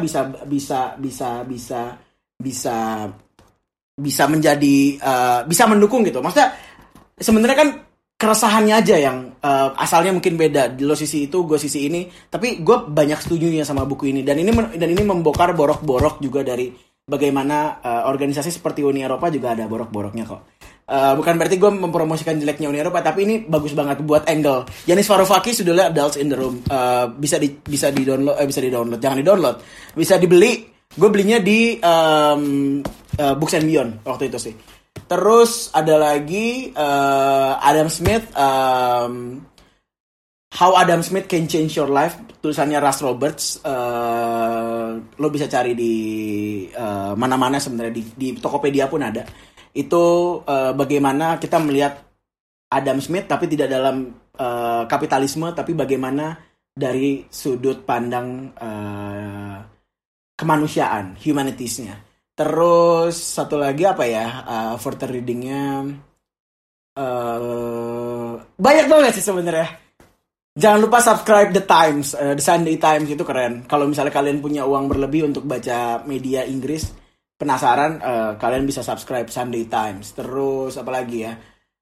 bisa menjadi bisa mendukung gitu. Maksudnya sebenarnya kan keresahannya aja yang asalnya mungkin beda, lo sisi itu, gue sisi ini, tapi gue banyak setujunya sama buku ini, dan ini membongkar borok-borok juga dari bagaimana organisasi seperti Uni Eropa juga ada borok-boroknya kok. Bukan berarti gue mempromosikan jeleknya Uni Eropa, tapi ini bagus banget buat angle. Yanis Varoufakis sudah Adults in the Room, bisa di-download, jangan di-download, bisa dibeli. Gue belinya di Books and Beyond waktu itu sih. Terus ada lagi Adam Smith, How Adam Smith Can Change Your Life, tulisannya Russ Roberts. Lo bisa cari di mana-mana sebenarnya, di Tokopedia pun ada. Itu bagaimana kita melihat Adam Smith tapi tidak dalam kapitalisme, tapi bagaimana dari sudut pandang kemanusiaan, humanitiesnya. Terus satu lagi apa ya, further readingnya banyak banget sih sebenarnya. Jangan lupa subscribe The Times, The Sunday Times, itu keren. Kalau misalnya kalian punya uang berlebih untuk baca media Inggris, penasaran, kalian bisa subscribe Sunday Times. Terus apa lagi ya?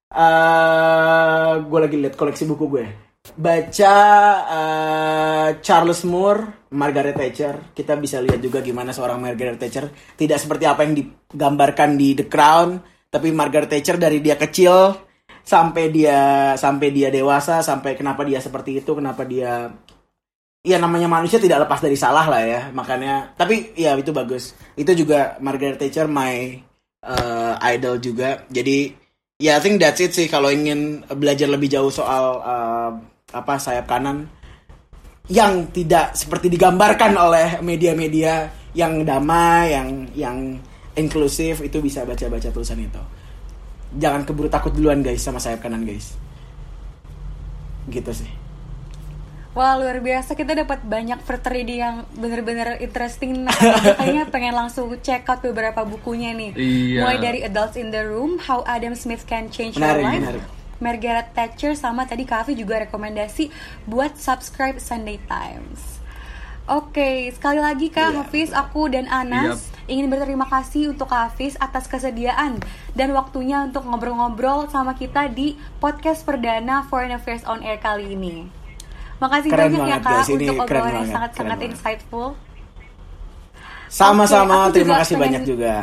Gue lagi lihat koleksi buku gue. Baca Charles Moore, Margaret Thatcher. Kita bisa lihat juga gimana seorang Margaret Thatcher tidak seperti apa yang digambarkan di The Crown, tapi Margaret Thatcher dari dia kecil sampai dia dewasa, sampai kenapa dia seperti itu, kenapa dia, ya namanya manusia tidak lepas dari salah lah ya, makanya, tapi ya itu bagus. Itu juga Margaret Thatcher my idol juga. Jadi ya I think that's it sih kalau ingin belajar lebih jauh soal sayap kanan yang tidak seperti digambarkan oleh media-media yang damai, yang inklusif, itu bisa baca-baca tulisan itu. Jangan keburu takut duluan guys sama sayap kanan guys. Gitu sih. Wah, luar biasa, kita dapat banyak first reading yang bener-bener interesting. Nah, kayaknya pengen langsung check out beberapa bukunya nih. Iya. Mulai dari Adults in the Room, How Adam Smith Can Change Your Life, Margaret Thatcher, sama tadi Kak Hafiz juga rekomendasi buat subscribe Sunday Times. Oke, sekali lagi Kak Hafiz, aku dan Anas ingin berterima kasih untuk Kak Hafiz atas kesediaan dan waktunya untuk ngobrol-ngobrol sama kita di podcast perdana Foreign Affairs on Air kali ini. Makasih Keren banyak ya banget, Kak guys. Ini untuk keren obrolan yang banget, sangat-sangat keren insightful. Sama-sama, Oke, terima kasih banyak juga.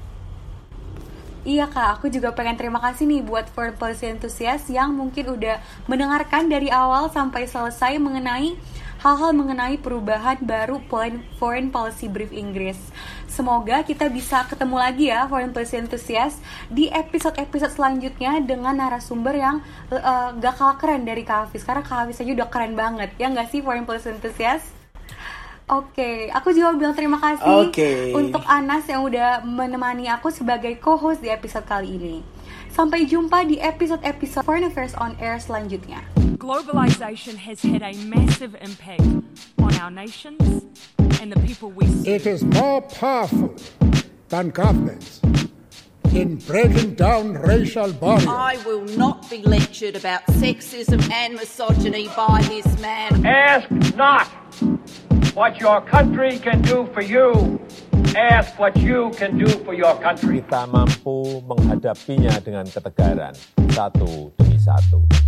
Iya Kak, aku juga pengen terima kasih nih buat foreign policy enthusiast yang mungkin udah mendengarkan dari awal sampai selesai mengenai hal-hal mengenai perubahan baru foreign policy brief Inggris. Semoga kita bisa ketemu lagi ya foreign policy enthusiast di episode-episode selanjutnya dengan narasumber yang gak kalah keren dari Kak Hafiz. Karena Kak Hafiz aja udah keren banget, ya gak sih foreign policy enthusiast? Oke, aku juga bilang terima kasih untuk Anas yang udah menemani aku sebagai co-host di episode kali ini. Sampai jumpa di episode-episode Foreign Affairs on Air selanjutnya. Globalization has had a massive impact on our nations and the people we serve. It is more powerful than governments in breaking down racial barriers. I will not be lectured about sexism and misogyny by this man. Ask not what your country can do for you. Ask what you can do for your country. Kita mampu menghadapinya dengan ketegaran, satu demi satu.